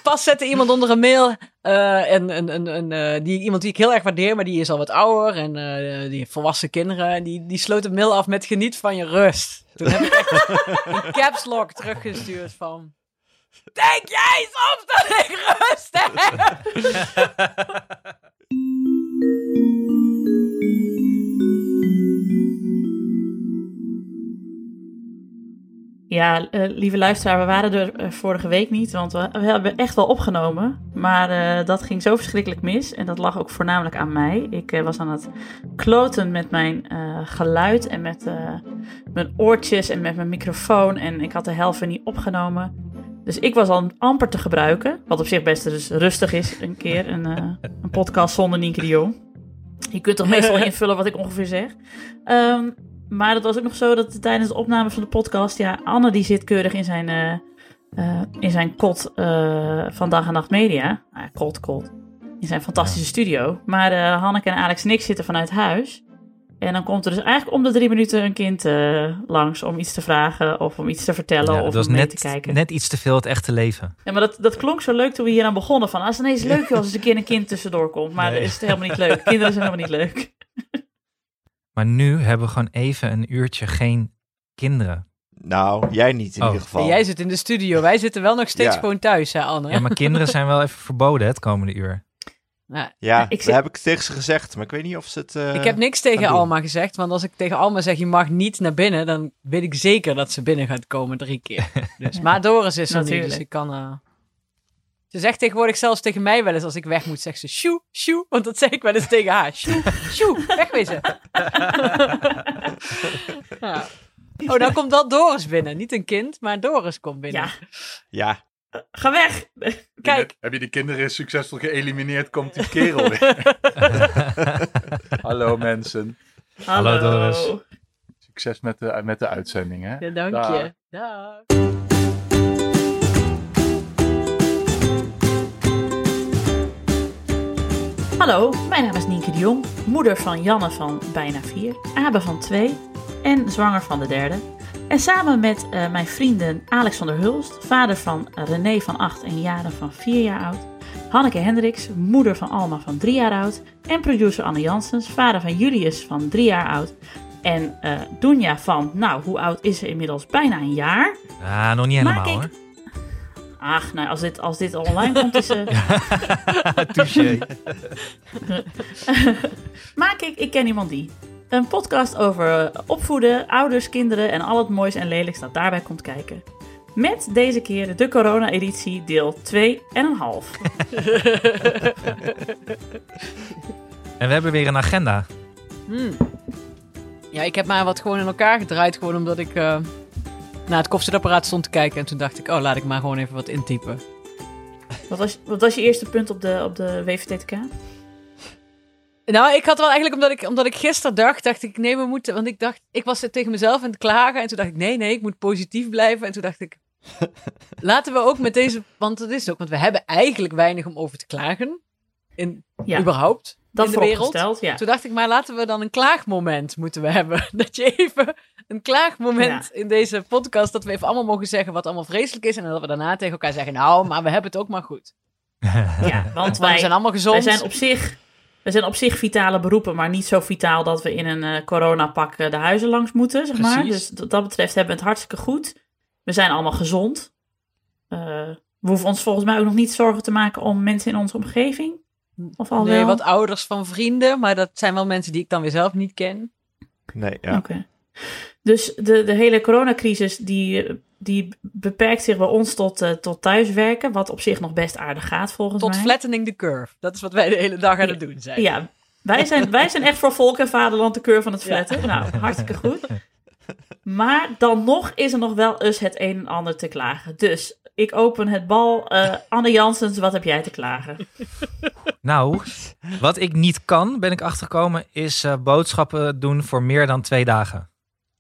Pas zette iemand onder een mail. Iemand die ik heel erg waardeer, maar die is al wat ouder. En die heeft volwassen kinderen. En die sloot de mail af met geniet van je rust. Toen heb ik echt een caps lock teruggestuurd van... Denk jij soms dat ik rust heb? Ja, lieve luisteraar, we waren er vorige week niet, want we hebben echt wel opgenomen. Maar dat ging zo verschrikkelijk mis en dat lag ook voornamelijk aan mij. Ik was aan het kloten met mijn geluid en met mijn oortjes en met mijn microfoon. En ik had de helft weer niet opgenomen. Dus ik was al amper te gebruiken, wat op zich best dus rustig is, een keer een podcast zonder Nienke de Jong. Je kunt toch meestal invullen wat ik ongeveer zeg. Maar het was ook nog zo dat tijdens de opname van de podcast... Ja, Anne die zit keurig in zijn kot van Dag en Nacht Media. Kot. In zijn fantastische studio. Maar Hanneke en Alex en ik zitten vanuit huis. En dan komt er dus eigenlijk om de 3 minuten een kind langs... om iets te vragen of om iets te vertellen of om mee te kijken. Net iets te veel het echte leven. Ja, maar dat klonk zo leuk toen we hier aan begonnen. Van, het is ineens leuk als er een keer een kind tussendoor komt. Maar dat is het helemaal niet leuk. Kinderen zijn helemaal niet leuk. Maar nu hebben we gewoon even een uurtje geen kinderen. Nou, jij niet in ieder geval. En jij zit in de studio. Wij zitten wel nog steeds gewoon thuis, hè Anne? Ja, maar kinderen zijn wel even verboden het komende uur. Nou, dat heb ik tegen ze gezegd, maar ik weet niet of ze het ik heb niks tegen Alma gezegd, want als ik tegen Alma zeg je mag niet naar binnen, dan weet ik zeker dat ze binnen gaat komen 3 keer. Dus, maar Doris is er niet, dus ik kan... Ze zegt tegenwoordig zelfs tegen mij wel eens als ik weg moet, zegt ze sjoe, sjoe, want dat zeg ik wel eens tegen haar. Sjoe, sjoe, wegwezen. Ja. Oh, nou komt wel Doris binnen. Niet een kind, maar Doris komt binnen. Ja. Ga weg! Kijk. Heb je die kinderen succesvol geëlimineerd, komt die kerel weer. Hallo mensen. Hallo Doris. Succes met de uitzending, hè? Ja, dank je. Dag. Hallo, mijn naam is Nienke de Jong, moeder van Janne van bijna 4, Abe van 2 en zwanger van de 3e. En samen met mijn vrienden Alex van der Hulst, vader van René van 8 en Jaren van 4 jaar oud, Hanneke Hendricks, moeder van Alma van 3 jaar oud en producer Anne Janssens, vader van Julius van 3 jaar oud en Dunja van, nou, hoe oud is ze inmiddels? Bijna een jaar. Ah, nog niet helemaal hoor. Ach, nou, als dit online komt, is ze... Touché. Maak ik ken iemand die. Een podcast over opvoeden, ouders, kinderen en al het moois en lelijks dat daarbij komt kijken. Met deze keer de corona-editie deel 2,5. En we hebben weer een agenda. Ja, ik heb maar wat gewoon in elkaar gedraaid, gewoon omdat ik... naar het koffiezetapparaat stond te kijken en toen dacht ik, laat ik maar gewoon even wat intypen. Wat was je eerste punt op de WVTTK? Nou, ik had wel eigenlijk, omdat ik gisteren dacht ik, nee, we moeten, want ik was tegen mezelf aan het klagen en toen dacht ik, nee, ik moet positief blijven. En toen dacht ik, laten we ook met deze, want dat is het ook, want we hebben eigenlijk weinig om over te klagen, überhaupt, dat in de wereld. Ja. Toen dacht ik, maar laten we dan een klaagmoment moeten we hebben. Dat je even een klaagmoment in deze podcast, dat we even allemaal mogen zeggen wat allemaal vreselijk is en dat we daarna tegen elkaar zeggen, nou, maar we hebben het ook maar goed. Ja, want wij zijn allemaal gezond. We zijn op zich vitale beroepen, maar niet zo vitaal dat we in een coronapak de huizen langs moeten, zeg maar. Dus wat dat betreft hebben we het hartstikke goed. We zijn allemaal gezond. We hoeven ons volgens mij ook nog niet zorgen te maken om mensen in onze omgeving. Of al wel? Wat ouders van vrienden, maar dat zijn wel mensen die ik dan weer zelf niet ken. Nee, ja. Okay. Dus de hele coronacrisis die beperkt zich bij ons tot thuiswerken, wat op zich nog best aardig gaat volgens mij. Tot flattening the curve. Dat is wat wij de hele dag aan het doen zijn. Ja, wij zijn echt voor volk en vaderland de curve aan het flatten. Ja. Nou, hartstikke goed. Maar dan nog is er nog wel eens het een en ander te klagen. Dus ik open het bal. Anne Janssens, wat heb jij te klagen? Nou, wat ik niet kan, ben ik achtergekomen, is boodschappen doen voor meer dan 2 dagen.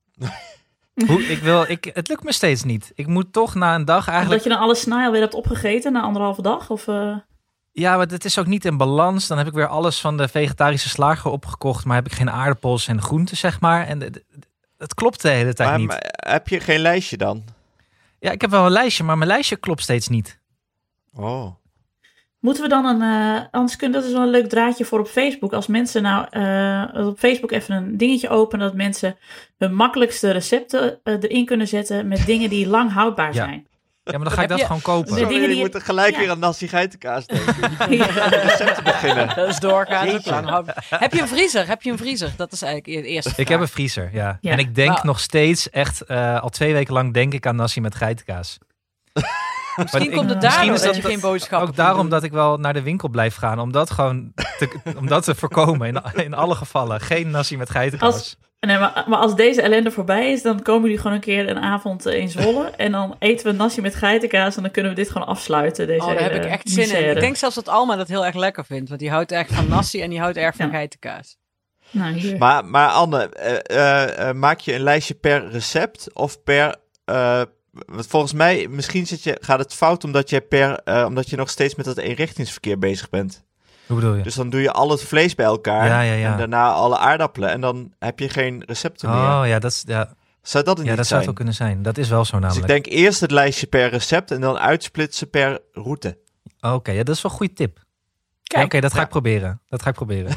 Het lukt me steeds niet. Ik moet toch na een dag eigenlijk... Dat je dan alle snij alweer hebt opgegeten na 1,5 dag? Of, Ja, maar het is ook niet in balans. Dan heb ik weer alles van de vegetarische slager opgekocht, maar heb ik geen aardappels en groenten, zeg maar. En het klopt de hele tijd niet. Maar heb je geen lijstje dan? Ja, ik heb wel een lijstje, maar mijn lijstje klopt steeds niet. Oh. Moeten we dan anders dat is wel een leuk draadje voor op Facebook. Als mensen op Facebook even een dingetje openen, dat mensen hun makkelijkste recepten erin kunnen zetten met dingen die lang houdbaar zijn. Ja, maar dan ga ik dat gewoon kopen. Sorry, je moet er gelijk weer aan nasi geitenkaas denken. Je moet aan de recepten beginnen. Dat is doorgaan. Dat lang houden. Heb je een vriezer? Dat is eigenlijk het eerste vraag. Ik heb een vriezer, ja. Ja. En ik denk nog steeds echt, al 2 weken lang denk ik aan nasi met geitenkaas. Misschien komt het misschien daarom is dat je geen boodschappen Ook daarom doet. dat ik wel naar de winkel blijf gaan. Om dat gewoon om dat te voorkomen. In alle gevallen. Geen nasi met geitenkaas. Nee, maar als deze ellende voorbij is, dan komen jullie gewoon een keer een avond in Zwolle. En dan eten we nasi met geitenkaas en dan kunnen we dit gewoon afsluiten. Deze Daar heb ik echt zin in. misère. Ik denk zelfs dat Alma dat heel erg lekker vindt. Want die houdt erg van nasi en die houdt erg van geitenkaas. Nou, hier. Maar Anne, maak je een lijstje per recept of per... want volgens mij, misschien gaat het fout omdat je nog steeds met dat eenrichtingsverkeer bezig bent. Hoe bedoel je? Dus dan doe je al het vlees bij elkaar Ja. en daarna alle aardappelen en dan heb je geen recepten meer. Oh ja, Zou dat het niet dat zou zijn? het wel kunnen zijn. Dat is wel zo namelijk. Dus ik denk eerst het lijstje per recept en dan uitsplitsen per route. Oké, ja, dat is wel een goede tip. Kijk. Oké, dat ga ik proberen.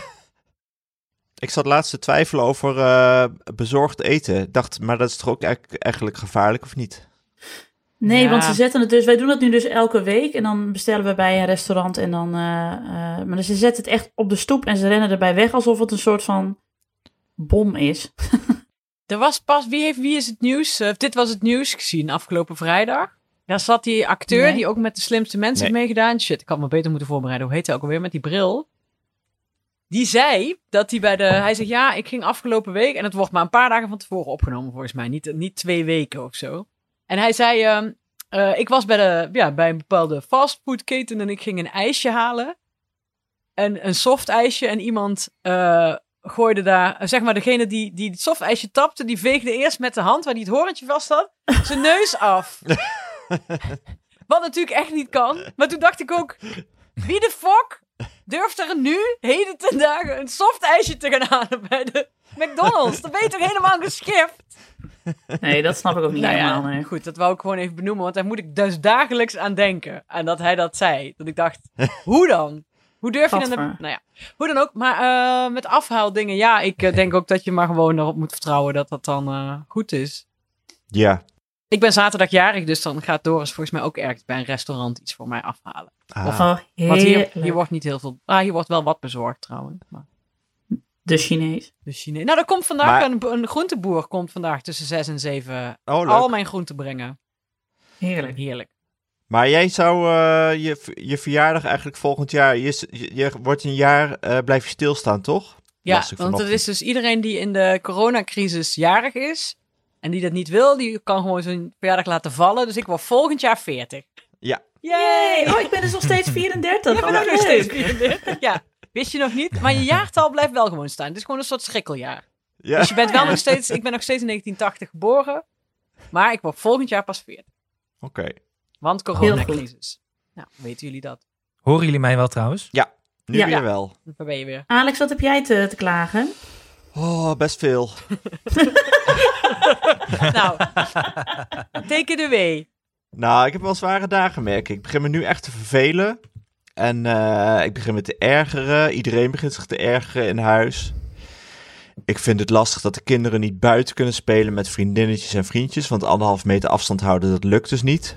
Ik zat laatst te twijfelen over bezorgd eten. Ik dacht, maar dat is toch ook eigenlijk gevaarlijk of niet? Nee, Ja. want ze zetten het dus. Wij doen het nu dus elke week en dan bestellen we bij een restaurant en dan. Maar ze zetten het echt op de stoep en ze rennen erbij weg alsof het een soort van bom is. Er was pas, wie is het nieuws? Dit was het nieuws gezien afgelopen vrijdag. Daar zat die acteur Nee. die ook met de slimste mensen heeft meegedaan. Shit, ik had me beter moeten voorbereiden. Hoe heet hij ook alweer met die bril? Die zei dat hij hij zegt ja, ik ging afgelopen week en het wordt maar een paar dagen van tevoren opgenomen volgens mij. Niet 2 weken of zo. En hij zei, ik was bij een bepaalde fastfoodketen en ik ging een ijsje halen. Een soft ijsje en iemand gooide daar, zeg maar degene die het soft ijsje tapte, die veegde eerst met de hand waar hij het horentje vast had, zijn neus af. Wat natuurlijk echt niet kan. Maar toen dacht ik ook, wie de fuck durft er nu heden ten dagen een soft ijsje te gaan halen bij de McDonald's? Dan ben je toch helemaal geschift? Nee, dat snap ik ook niet helemaal. Nee. Goed, dat wou ik gewoon even benoemen, want daar moet ik dus dagelijks aan denken. En dat hij dat zei. Dat ik dacht, hoe dan? Hoe durf je dan... Gadver. Nou ja, hoe dan ook. Maar met afhaaldingen, ja, ik denk ook dat je maar gewoon erop moet vertrouwen dat dat dan goed is. Ja. Ik ben zaterdag jarig, dus dan gaat Doris volgens mij ook ergens bij een restaurant iets voor mij afhalen. Oh, Want heerlijk. hier wordt niet heel veel... hier wordt wel wat bezorgd trouwens. Maar De Chinees. de Chinees. Nou, er komt vandaag Maar- een groenteboer komt vandaag tussen 6 en 7 Oh, leuk. al mijn groenten brengen. Heerlijk. Heerlijk. Maar jij zou je verjaardag eigenlijk volgend jaar... Je wordt een jaar, blijf je stilstaan, toch? Ja, Las ik want het vanochtend. is dus iedereen die in de coronacrisis jarig is en die dat niet wil, die kan gewoon zijn verjaardag laten vallen. Dus ik word volgend jaar 40. Ja. Yay! Oh, ik ben dus nog steeds 34. Ik ben Oh, ook nog steeds leuk. 34. Ja, wist je nog niet? Maar je jaartal blijft wel gewoon staan. Het is gewoon een soort schrikkeljaar. Ja. Dus je bent wel nog steeds... Ik ben nog steeds in 1980 geboren, maar ik word volgend jaar pas 40. Oké. Want coronacrisis. Nou, weten jullie dat? Horen jullie mij wel trouwens? Nu Ja. weer wel. Daar ben je weer. Alex, wat heb jij te klagen? Oh, best veel. Nou, take it away. Nou, ik heb wel zware dagen, merk ik. Ik begin me nu echt te vervelen. En ik begin me te ergeren. Iedereen begint zich te ergeren in huis. Ik vind het lastig dat de kinderen niet buiten kunnen spelen met vriendinnetjes en vriendjes. Want 1,5 meter afstand houden, dat lukt dus niet.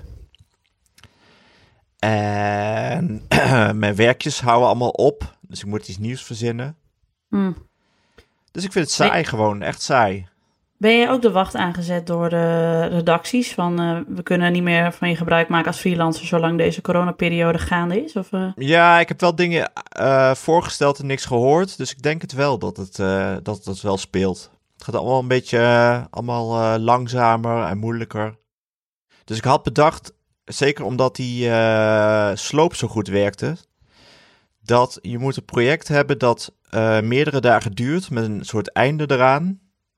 En mijn werkjes houden allemaal op. Dus ik moet iets nieuws verzinnen. Dus ik vind het saai gewoon, echt saai. Ben jij ook de wacht aangezet door de redacties? Van we kunnen niet meer van je gebruik maken als freelancer zolang deze coronaperiode gaande is? Of, Ja, ik heb wel dingen voorgesteld en niks gehoord. Dus ik denk het wel dat het wel speelt. Het gaat allemaal een beetje langzamer en moeilijker. Dus ik had bedacht, zeker omdat die sloop zo goed werkte, dat je moet een project hebben dat meerdere dagen duurt met een soort einde eraan.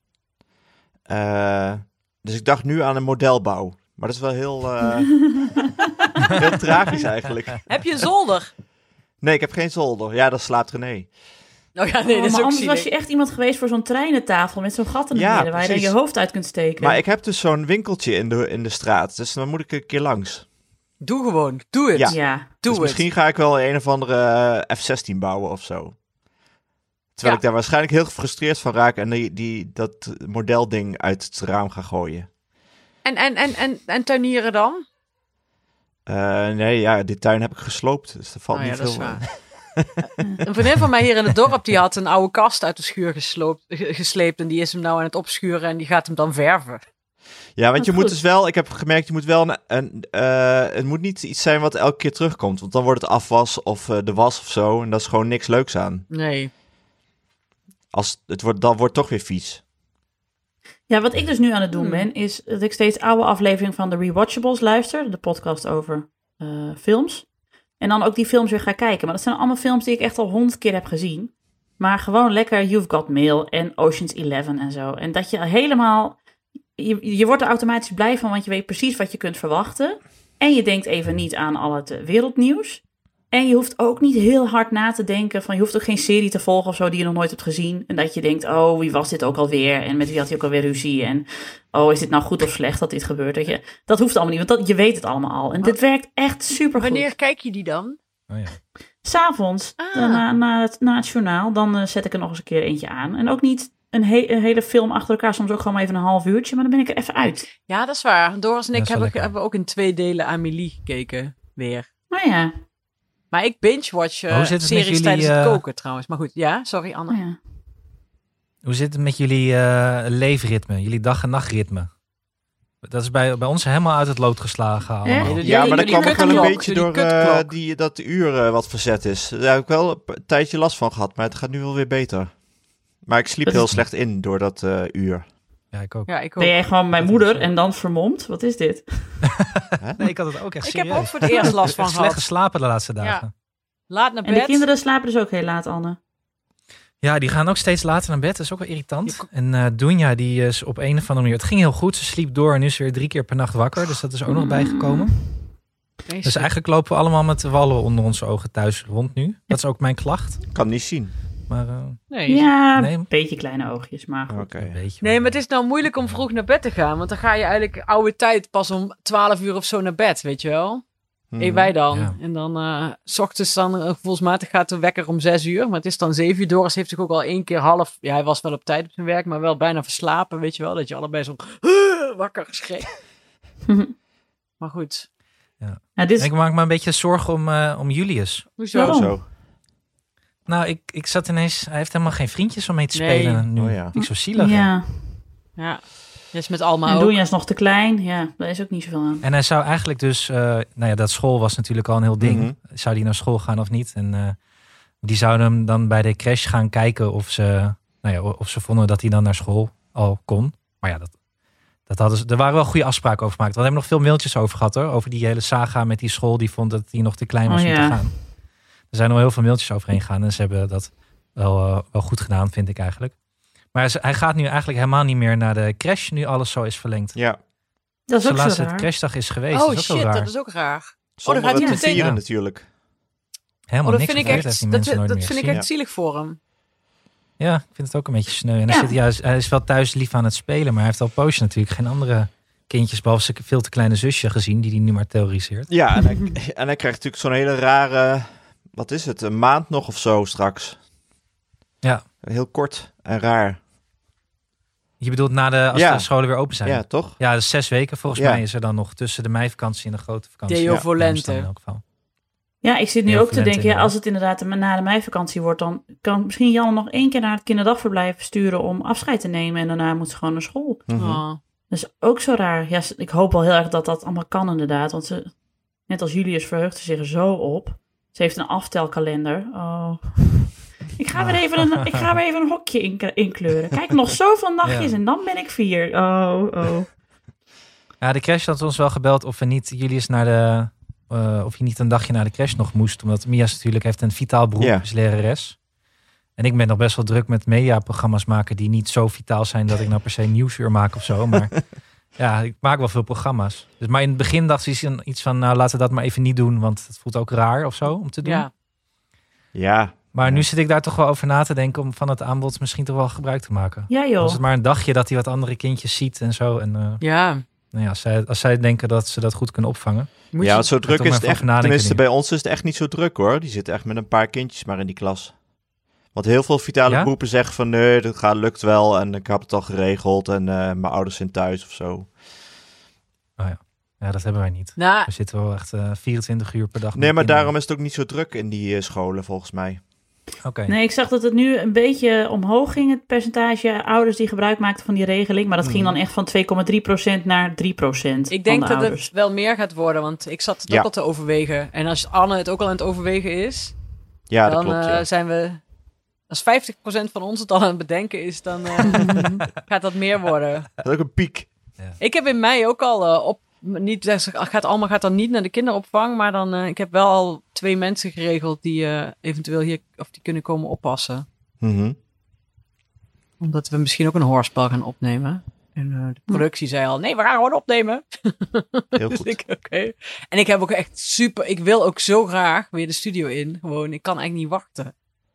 Dus ik dacht nu aan een modelbouw. Maar dat is wel heel tragisch eigenlijk. Heb je een zolder? Nee, ik heb geen zolder. Ja, dat slaapt René. Oh ja, nee, dat is maar ook anders was zielig. je echt iemand geweest voor zo'n treinentafel met zo'n gat in het Ja, midden waar je dan precies. je hoofd uit kunt steken. Maar ik heb dus zo'n winkeltje in de straat. Dus dan moet ik een keer langs. Doe gewoon. Doe het. Ja. Ja. Doe Dus het. misschien ga ik wel een of andere F-16 bouwen of zo. Terwijl ik daar waarschijnlijk heel gefrustreerd van raak en dat modelding uit het raam ga gooien. En tuinieren dan? Nee, ja, die tuin heb ik gesloopt, dus er valt niet dat is veel. waar. Een vriendin van mij hier in het dorp, die had een oude kast uit de schuur gesleept. En die is hem nou aan het opschuren en die gaat hem dan verven. Ja, want Wat je moet goed. dus wel, ik heb gemerkt, je moet wel het moet niet iets zijn wat elke keer terugkomt. Want dan wordt het afwas of de was of zo. En dat is gewoon niks leuks aan. Nee. Dan wordt het toch weer vies. Ja, wat ik dus nu aan het doen ben, is dat ik steeds oude afleveringen van de Rewatchables luister. De podcast over films. En dan ook die films weer ga kijken. Maar dat zijn allemaal films die ik echt al 100 keer heb gezien. Maar gewoon lekker You've Got Mail en Ocean's 11 en zo. En dat je helemaal... Je wordt er automatisch blij van, want je weet precies wat je kunt verwachten. En je denkt even niet aan al het wereldnieuws. En je hoeft ook niet heel hard na te denken van... Je hoeft ook geen serie te volgen of zo die je nog nooit hebt gezien. En dat je denkt, oh, wie was dit ook alweer? En met wie had hij ook alweer ruzie? En oh, is dit nou goed of slecht dat dit gebeurt? Dat hoeft allemaal niet, want je weet het allemaal al. En dit werkt echt super goed. Wanneer kijk je die dan? Oh, ja. 'S'avonds, na het journaal, dan zet ik er nog eens een keer eentje aan. En ook niet een hele film achter elkaar, soms ook gewoon maar even een half uurtje. Maar dan ben ik er even uit. Ja, dat is waar. Doris en Dat ik is wel lekker. hebben ook in 2 delen Amélie gekeken. Weer. Nou ja, Maar ik binge-watch Hoe zit het met series jullie, tijdens het koken trouwens. Maar goed, ja, sorry Anne. nou ja. Hoe zit het met jullie leefritme, jullie dag- en nachtritme? Dat is bij ons helemaal uit het lood geslagen allemaal. Echt? Ja, maar dat jullie kwam ook wel een kutklok, beetje jullie door kutklok. dat uur wat verzet is. Daar heb ik wel een tijdje last van gehad, maar het gaat nu wel weer beter. Maar ik sliep Dat is- heel slecht in door dat uur. Ja, ik ook. Ja, ik ook. Ben jij gewoon mijn moeder en dan vermomd? Wat is dit? Nee, ik had het ook echt Ik serieus. heb ook voor het eerst last van Echt slecht gehad. geslapen de laatste dagen. Laat naar En de bed. kinderen slapen dus ook heel laat, Anne. Ja, die gaan ook steeds later naar bed. Dat is ook wel irritant. En Dunja, die is op een of andere manier... Het ging heel goed. Ze sliep door en nu is ze weer 3 keer per nacht wakker. Dus dat is ook nog bijgekomen. Dus eigenlijk lopen we allemaal met de wallen onder onze ogen thuis rond nu. Dat is ook mijn klacht. Kan niet zien. Maar Nee. Ja, Nee. een beetje kleine oogjes, maar goed. Oké. een beetje. Nee, maar het is nou moeilijk om vroeg naar bed te gaan. Want dan ga je eigenlijk oude tijd pas om 12 uur of zo naar bed, weet je wel. Mhm. Wij dan. Ja. En dan, 's ochtends dan, gevoelsmatig gaat de wekker om 6 uur. Maar het is dan 7 uur. Doris heeft zich ook al 1 keer half... Ja, hij was wel op tijd op zijn werk, maar wel bijna verslapen, weet je wel. Dat je allebei zo wakker geschreven. Maar goed. Ja, dit is, Ik maak me een beetje zorgen om Julius. Hoezo? Waarom? Zo. Nou, ik zat ineens... Hij heeft helemaal geen vriendjes om mee te Nee. spelen nu. Oh ja. Vind ik zo zielig. hè? ja. Ja. Dat is met Alma En ook. Doenja is nog te klein. Ja, daar is ook niet zoveel aan. En hij zou eigenlijk dus... nou ja, dat school was natuurlijk al een heel ding. Mhm. Zou die naar school gaan of niet? En die zouden hem dan bij de crash gaan kijken of ze vonden dat hij dan naar school al kon. Maar ja, dat hadden ze... Er waren wel goede afspraken over gemaakt. We hebben nog veel mailtjes over gehad hoor. Over die hele saga met die school die vond dat hij nog te klein was Oh, om ja. te gaan. Er zijn al heel veel mailtjes overheen gegaan. En ze hebben dat wel goed gedaan, vind ik eigenlijk. Maar hij gaat nu eigenlijk helemaal niet meer naar de crash. Nu alles zo is verlengd. Ja. Dat is De ook zo laatste raar. crashdag is geweest. Oh dat is ook shit, raar. dat is ook raar. Zonder gaat hij het te meteen- vieren Ja. natuurlijk. Helemaal dat niks vind ik gebeurd, heeft echt, die dat, mensen nooit dat meer vind ik gezien. echt zielig voor hem. Ja, ik vind het ook een beetje sneu. En Ja. hij is wel thuis lief aan het spelen, maar hij heeft al een poosje natuurlijk geen andere kindjes, behalve zijn veel te kleine zusje gezien, die hij nu maar terroriseert. Ja, en hij krijgt natuurlijk zo'n hele rare... Wat is het? Een maand nog of zo straks. Ja. Heel kort en raar. Je bedoelt als Ja. de scholen weer open zijn? Ja, toch? Ja, dus 6 weken volgens Ja. mij is er dan nog tussen de meivakantie en de grote vakantie. Deo Ja, voor in lente. in elk geval. Ja, ik zit nu Heel ook te verlent denken, ja, inderdaad. als het inderdaad na de meivakantie wordt, dan kan misschien Jan nog 1 keer naar het kinderdagverblijf sturen om afscheid te nemen en daarna moet ze gewoon naar school. Mhm. Oh. Dat is ook zo raar. Ja, ik hoop wel heel erg dat dat allemaal kan inderdaad, want ze, net als Julius verheugt ze zich er zo op. Ze heeft een aftelkalender. Oh. Ik ga weer even een hokje inkleuren. Kijk, nog zoveel nachtjes Ja. en dan ben ik 4. Oh. Ja, de crash had ons wel gebeld of we niet Julius of je niet een dagje naar de crash nog moest. Omdat Mia's natuurlijk heeft een vitaal beroep, Ja. is lerares. En ik ben nog best wel druk met mediaprogramma's maken die niet zo vitaal zijn dat ik nou per se nieuwsuur maak of zo. Maar ja, ik maak wel veel programma's. Dus, maar in het begin dacht ze iets van, nou laten we dat maar even niet doen. Want het voelt ook raar of zo om te doen. Ja. Ja. Maar nu zit ik daar toch wel over na te denken om van het aanbod misschien toch wel gebruik te maken. Ja joh. Als het maar een dagje dat hij wat andere kindjes ziet en zo. En Ja. Nou ja, als zij denken dat ze dat goed kunnen opvangen. Ja, want zo druk toch is maar het even echt. over nadenken Tenminste, nu. bij ons is het echt niet zo druk hoor. Die zitten echt met een paar kindjes maar in die klas. Want heel veel vitale Ja? groepen zeggen van nee, lukt wel en ik heb het al geregeld en mijn ouders zijn thuis of zo. Ja, dat hebben wij niet. Nou, We zitten wel echt 24 uur per dag. met Nee, maar kinderen. daarom is het ook niet zo druk in die scholen volgens mij. Oké. Nee, ik zag dat het nu een beetje omhoog ging, het percentage ouders die gebruik maakten van die regeling. Maar dat ging dan echt van 2,3% naar 3%. ik denk van de dat ouders. het wel meer gaat worden, want ik zat het Ja. ook al te overwegen. En als Anne het ook al aan het overwegen is, Ja, dat dan klopt. Ja. zijn we... Als 50% van ons het al aan het bedenken is, dan gaat dat meer worden. Dat is ook een piek. Ik heb in mei ook al Alma gaat dan niet naar de kinderopvang, maar dan ik heb wel al 2 mensen geregeld die eventueel hier of die kunnen komen oppassen. Mhm. Omdat we misschien ook een hoorspel gaan opnemen. En de productie zei al, nee, we gaan gewoon opnemen. Heel Dus goed. oké. En ik heb ook echt ik wil ook zo graag weer de studio in. Gewoon, ik kan eigenlijk niet wachten.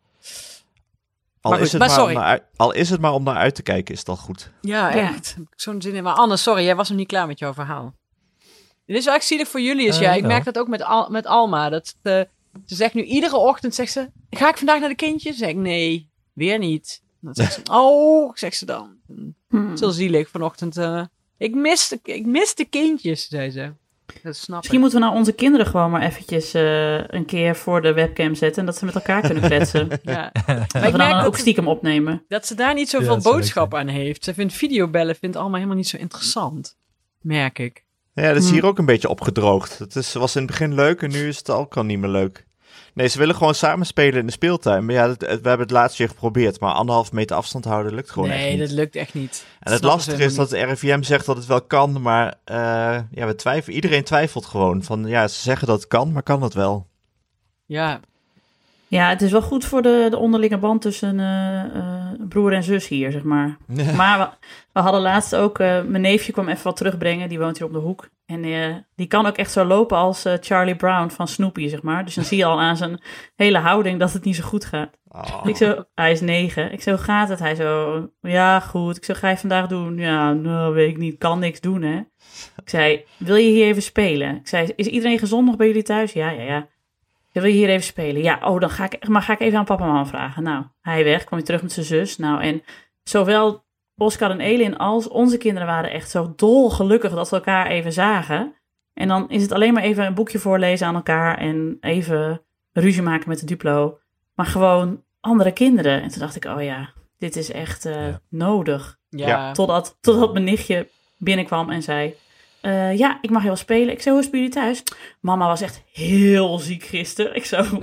Al, Maar is goed, het maar maar sorry. al is het maar om naar uit te kijken, is het al goed. Ja, Ja. echt. Heb ik zo'n zin in. Maar Anne, sorry, jij was nog niet klaar met jouw verhaal. Dit is wel echt zielig voor jullie. Ik wel. merk dat ook met Alma. Dat ze zegt nu iedere ochtend, zegt ze, ga ik vandaag naar de kindjes? Zeg ik, nee, weer niet. Dan zegt ze, oh, zegt ze dan. Het is heel zielig vanochtend. Ik mis de kindjes, zei ze. Dat snap Misschien ik. moeten we nou onze kinderen gewoon maar eventjes een keer voor de webcam zetten. En dat ze met elkaar kunnen kletsen. Ja. Dat Maar we ik dan merk ook stiekem opnemen. dat ze daar niet Ja, zoveel dat zou leuk boodschap aan heeft. Ze vindt videobellen allemaal helemaal niet zo interessant. Merk ik. Ja, dat is hier ook een beetje opgedroogd. Was in het begin leuk en nu is het ook al niet meer leuk. Nee, ze willen gewoon samen spelen in de speeltuin. Maar ja, we hebben het laatst weer geprobeerd. Maar 1,5 meter afstand houden lukt gewoon echt Nee, niet. dat lukt echt niet. En het lastige is dat de RIVM zegt dat het wel kan. Maar iedereen twijfelt gewoon. Van ja, ze zeggen dat het kan, maar kan het wel? Ja, Ja, het is wel goed voor de onderlinge band tussen broer en zus hier, zeg maar. Maar we hadden laatst ook... mijn neefje kwam even wat terugbrengen. Die woont hier op de hoek. En die kan ook echt zo lopen als Charlie Brown van Snoopy, zeg maar. Dus dan zie je al aan zijn hele houding dat het niet zo goed gaat. Oh. Ik zo, hij is 9. Ik zo, hoe gaat het? Hij zo, ja, goed. Ik zo, ga je vandaag doen? Ja, nou, weet ik niet. Kan niks doen, hè? Ik zei, wil je hier even spelen? Ik zei, is iedereen gezond nog bij jullie thuis? Ja. Wil je hier even spelen? Ja, dan ga ik even aan papa en mama vragen. Nou, hij weg, kwam hij terug met zijn zus. Nou, en zowel Oscar en Elin als onze kinderen waren echt zo dolgelukkig dat ze elkaar even zagen. En dan is het alleen maar even een boekje voorlezen aan elkaar en even ruzie maken met de Duplo. Maar gewoon andere kinderen. En toen dacht ik, oh ja, dit is echt nodig. ja. Totdat mijn nichtje binnenkwam en zei... ja, ik mag je wel spelen. Ik zei, hoe is het bij jullie thuis? Mama was echt heel ziek gisteren. Ik zo...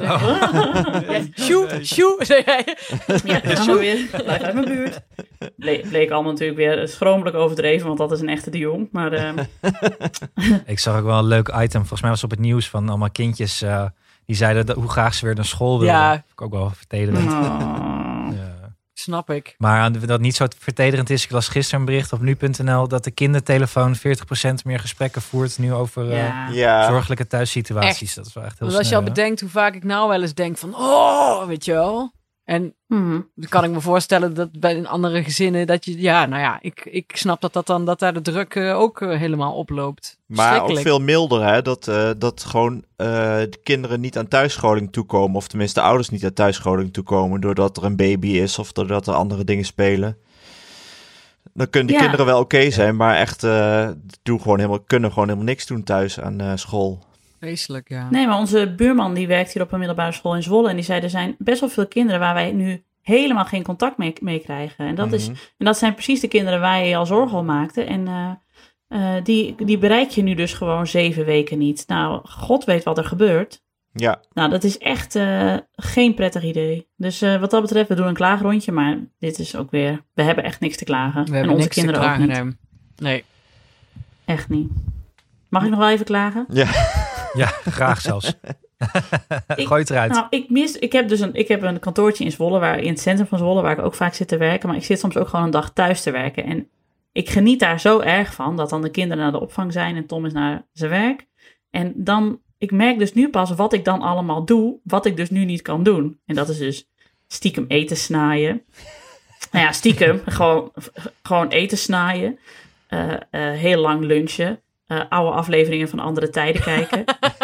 Sjoe, zei hij. Ja, gaan we weer. Blijf uit mijn buurt. Bleek allemaal natuurlijk weer schromelijk overdreven, want dat is een echte de Jong. Maar Ik zag ook wel een leuk item. Volgens mij was het op het nieuws van allemaal kindjes die zeiden hoe graag ze weer naar school wilden. Ja. Vind ik ook wel vertederend. oh. Ja. Snap ik. Maar dat niet zo vertederend is. Ik las gisteren een bericht op nu.nl dat de kindertelefoon 40% meer gesprekken voert nu over Ja. Ja, zorgelijke thuissituaties. Echt. Dat is wel echt heel Want als je al sneu, hè? bedenkt hoe vaak ik nou wel eens denk van... Oh, weet je wel. En Mhm. dan kan ik me voorstellen dat bij in andere gezinnen... dat je, ja, nou ja, ik snap dat daar de druk ook helemaal oploopt. maar ook Verschrikkelijk. veel milder, hè? Dat gewoon de kinderen niet aan thuisscholing toekomen. Of tenminste de ouders niet aan thuisscholing toekomen. Doordat er een baby is of doordat er andere dingen spelen. Dan kunnen de Ja. kinderen wel oké zijn, maar echt kunnen gewoon helemaal niks doen thuis aan school. Vreselijk, ja. Nee, maar onze buurman die werkt hier op een middelbare school in Zwolle. En die zei, er zijn best wel veel kinderen waar wij nu helemaal geen contact mee krijgen. En dat zijn precies de kinderen waar je al zorgen om maakte. En die bereik je nu dus gewoon 7 weken niet. Nou, God weet wat er gebeurt. Ja, Nou, dat is echt geen prettig idee. Dus wat dat betreft, we doen een klaagrondje. Maar dit is ook weer, we hebben echt niks te klagen. We en hebben onze niks te kinderen ook klagen. niet. Nee. Echt niet. Mag ik nog wel even klagen? Ja, graag zelfs. Gooi het eruit. Nou, ik heb een kantoortje in Zwolle, in het centrum van Zwolle, waar ik ook vaak zit te werken. Maar ik zit soms ook gewoon een dag thuis te werken. En ik geniet daar zo erg van, dat dan de kinderen naar de opvang zijn en Tom is naar zijn werk. En dan, ik merk dus nu pas wat ik dan allemaal doe, wat ik dus nu niet kan doen. En dat is dus stiekem eten snaaien. Nou ja, stiekem, gewoon eten snaaien. heel lang lunchen. Oude afleveringen van Andere Tijden kijken.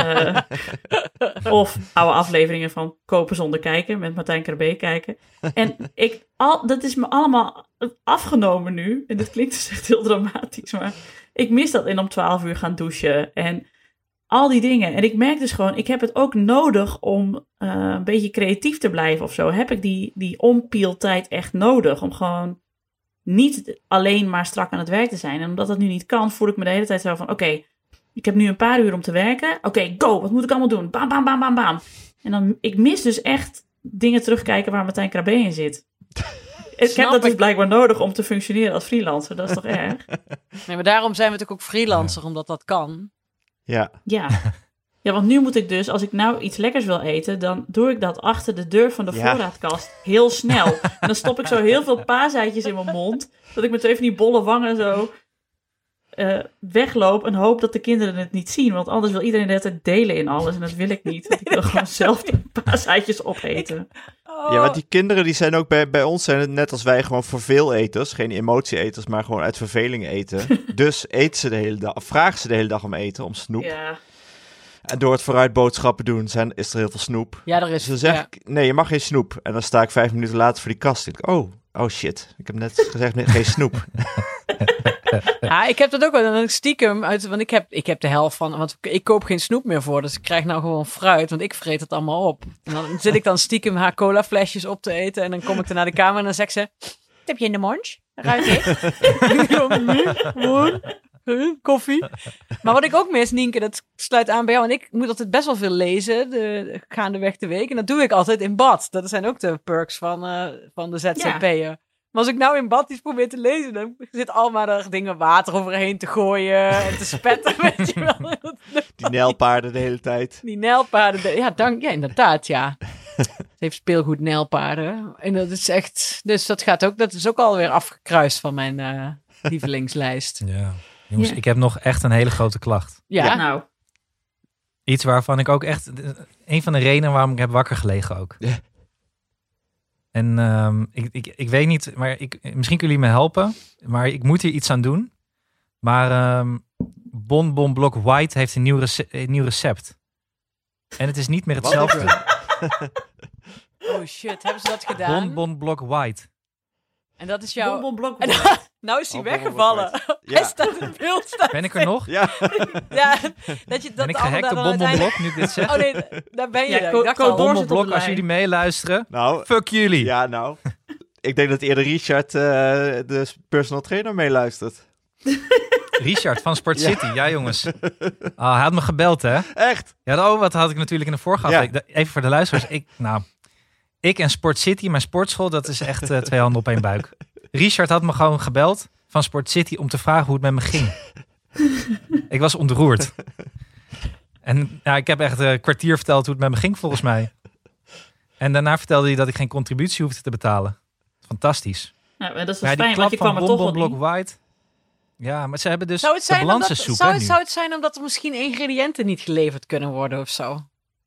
Of oude afleveringen van Kopen zonder kijken met Martijn Krabbe kijken. En dat is me allemaal afgenomen nu. En dat klinkt dus echt heel dramatisch, maar ik mis dat in om 12 uur gaan douchen. En al die dingen. En ik merk dus gewoon, ik heb het ook nodig om een beetje creatief te blijven of zo. Heb ik die onpieltijd echt nodig om gewoon niet alleen maar strak aan het werk te zijn. En omdat dat nu niet kan, voel ik me de hele tijd zo van... Oké, ik heb nu een paar uur om te werken. Oké, go, wat moet ik allemaal doen? Bam, bam, bam, bam, bam. En dan, ik mis dus echt dingen terugkijken waar Martijn Krabbe in zit. Ik heb dat dus blijkbaar nodig om te functioneren als freelancer. Dat is toch erg? Nee, maar daarom zijn we natuurlijk ook freelancer, omdat dat kan. Ja. Ja, want nu moet ik dus, als ik nou iets lekkers wil eten, dan doe ik dat achter de deur van de voorraadkast heel snel. En dan stop ik zo heel veel paaseitjes in mijn mond, dat ik met twee van die bolle wangen zo wegloop en hoop dat de kinderen het niet zien. Want anders wil iedereen de hele tijd delen in alles en dat wil ik niet. Want ik wil gewoon zelf de paaseitjes opeten. Ja, want die kinderen die zijn ook bij ons, zijn het net als wij gewoon verveeleters. Geen emotieeters, maar gewoon uit verveling eten. Dus eten ze de hele dag, of vragen ze de hele dag om eten, om snoep. Ja. En door het vooruit boodschappen doen is er heel veel snoep. Ja, er is... Dus dan zeg ik, nee, je mag geen snoep. En dan sta ik 5 minuten later voor die kast. En ik, oh shit, ik heb net gezegd geen snoep. Ja, ik heb dat ook wel. Dan stiekem uit, want ik heb de helft van, want ik koop geen snoep meer voor, dus ik krijg nou gewoon fruit, want ik vreet het allemaal op. En dan zit ik dan stiekem haar cola flesjes op te eten en dan kom ik er naar de kamer en dan zegt ze, wat heb je in de mond? Ruik ik? Gewoon koffie. Maar wat ik ook mis, Nienke, dat sluit aan bij jou, en ik moet altijd best wel veel lezen, gaandeweg de week, en dat doe ik altijd in bad. Dat zijn ook de perks van de ZZP'er. Ja. Maar als ik nou in bad iets probeer te lezen, dan zit allemaal er dingen water overheen te gooien en te spetten, weet je wel. Die nijlpaarden de hele tijd. Die nijlpaarden, ja, inderdaad, ja. Ze heeft speelgoed nijlpaarden. En dat is echt, dus dat is ook alweer afgekruist van mijn lievelingslijst. Ja, jongens, ik heb nog echt een hele grote klacht. Ja, nou. Iets waarvan ik ook echt, een van de redenen waarom ik heb wakker gelegen ook. Ja. En ik weet niet, maar misschien kunnen jullie me helpen. Maar ik moet hier iets aan doen. Maar Bon Blok White heeft een nieuw recept. En het is niet meer hetzelfde. Oh shit, hebben ze dat gedaan? Bon Blok White. En dat is jouw... Bon Blok en nou is hij weggevallen. Ja. Hij staat in beeld. Ben ik er nog? Ja. Ja, dat Ben ik gehackt op Bon Blok nu ik dit zeg? Oh nee, daar ben je. Ja, Ik dacht al. Bon Blok, als jullie meeluisteren, Nou, fuck jullie. ja, nou. Ik denk dat eerder Richard, de personal trainer, meeluistert. Richard van Sport City, ja jongens. Hij had me gebeld, hè? Echt? Ja, wat had ik natuurlijk in de vorige aflevering. Even voor de luisteraars. Ik en Sport City, mijn sportschool, dat is echt 2 handen op 1 buik. Richard had me gewoon gebeld van Sport City om te vragen hoe het met me ging. Ik was ontroerd. En ik heb echt een kwartier verteld hoe het met me ging, volgens mij. En daarna vertelde hij dat ik geen contributie hoefde te betalen. Fantastisch. Ja, dat is dus fijn, want je kwam er toch wel niet. White. Ja, maar ze hebben dus zou de balansensoep. Zou het zijn omdat er misschien ingrediënten niet geleverd kunnen worden of zo?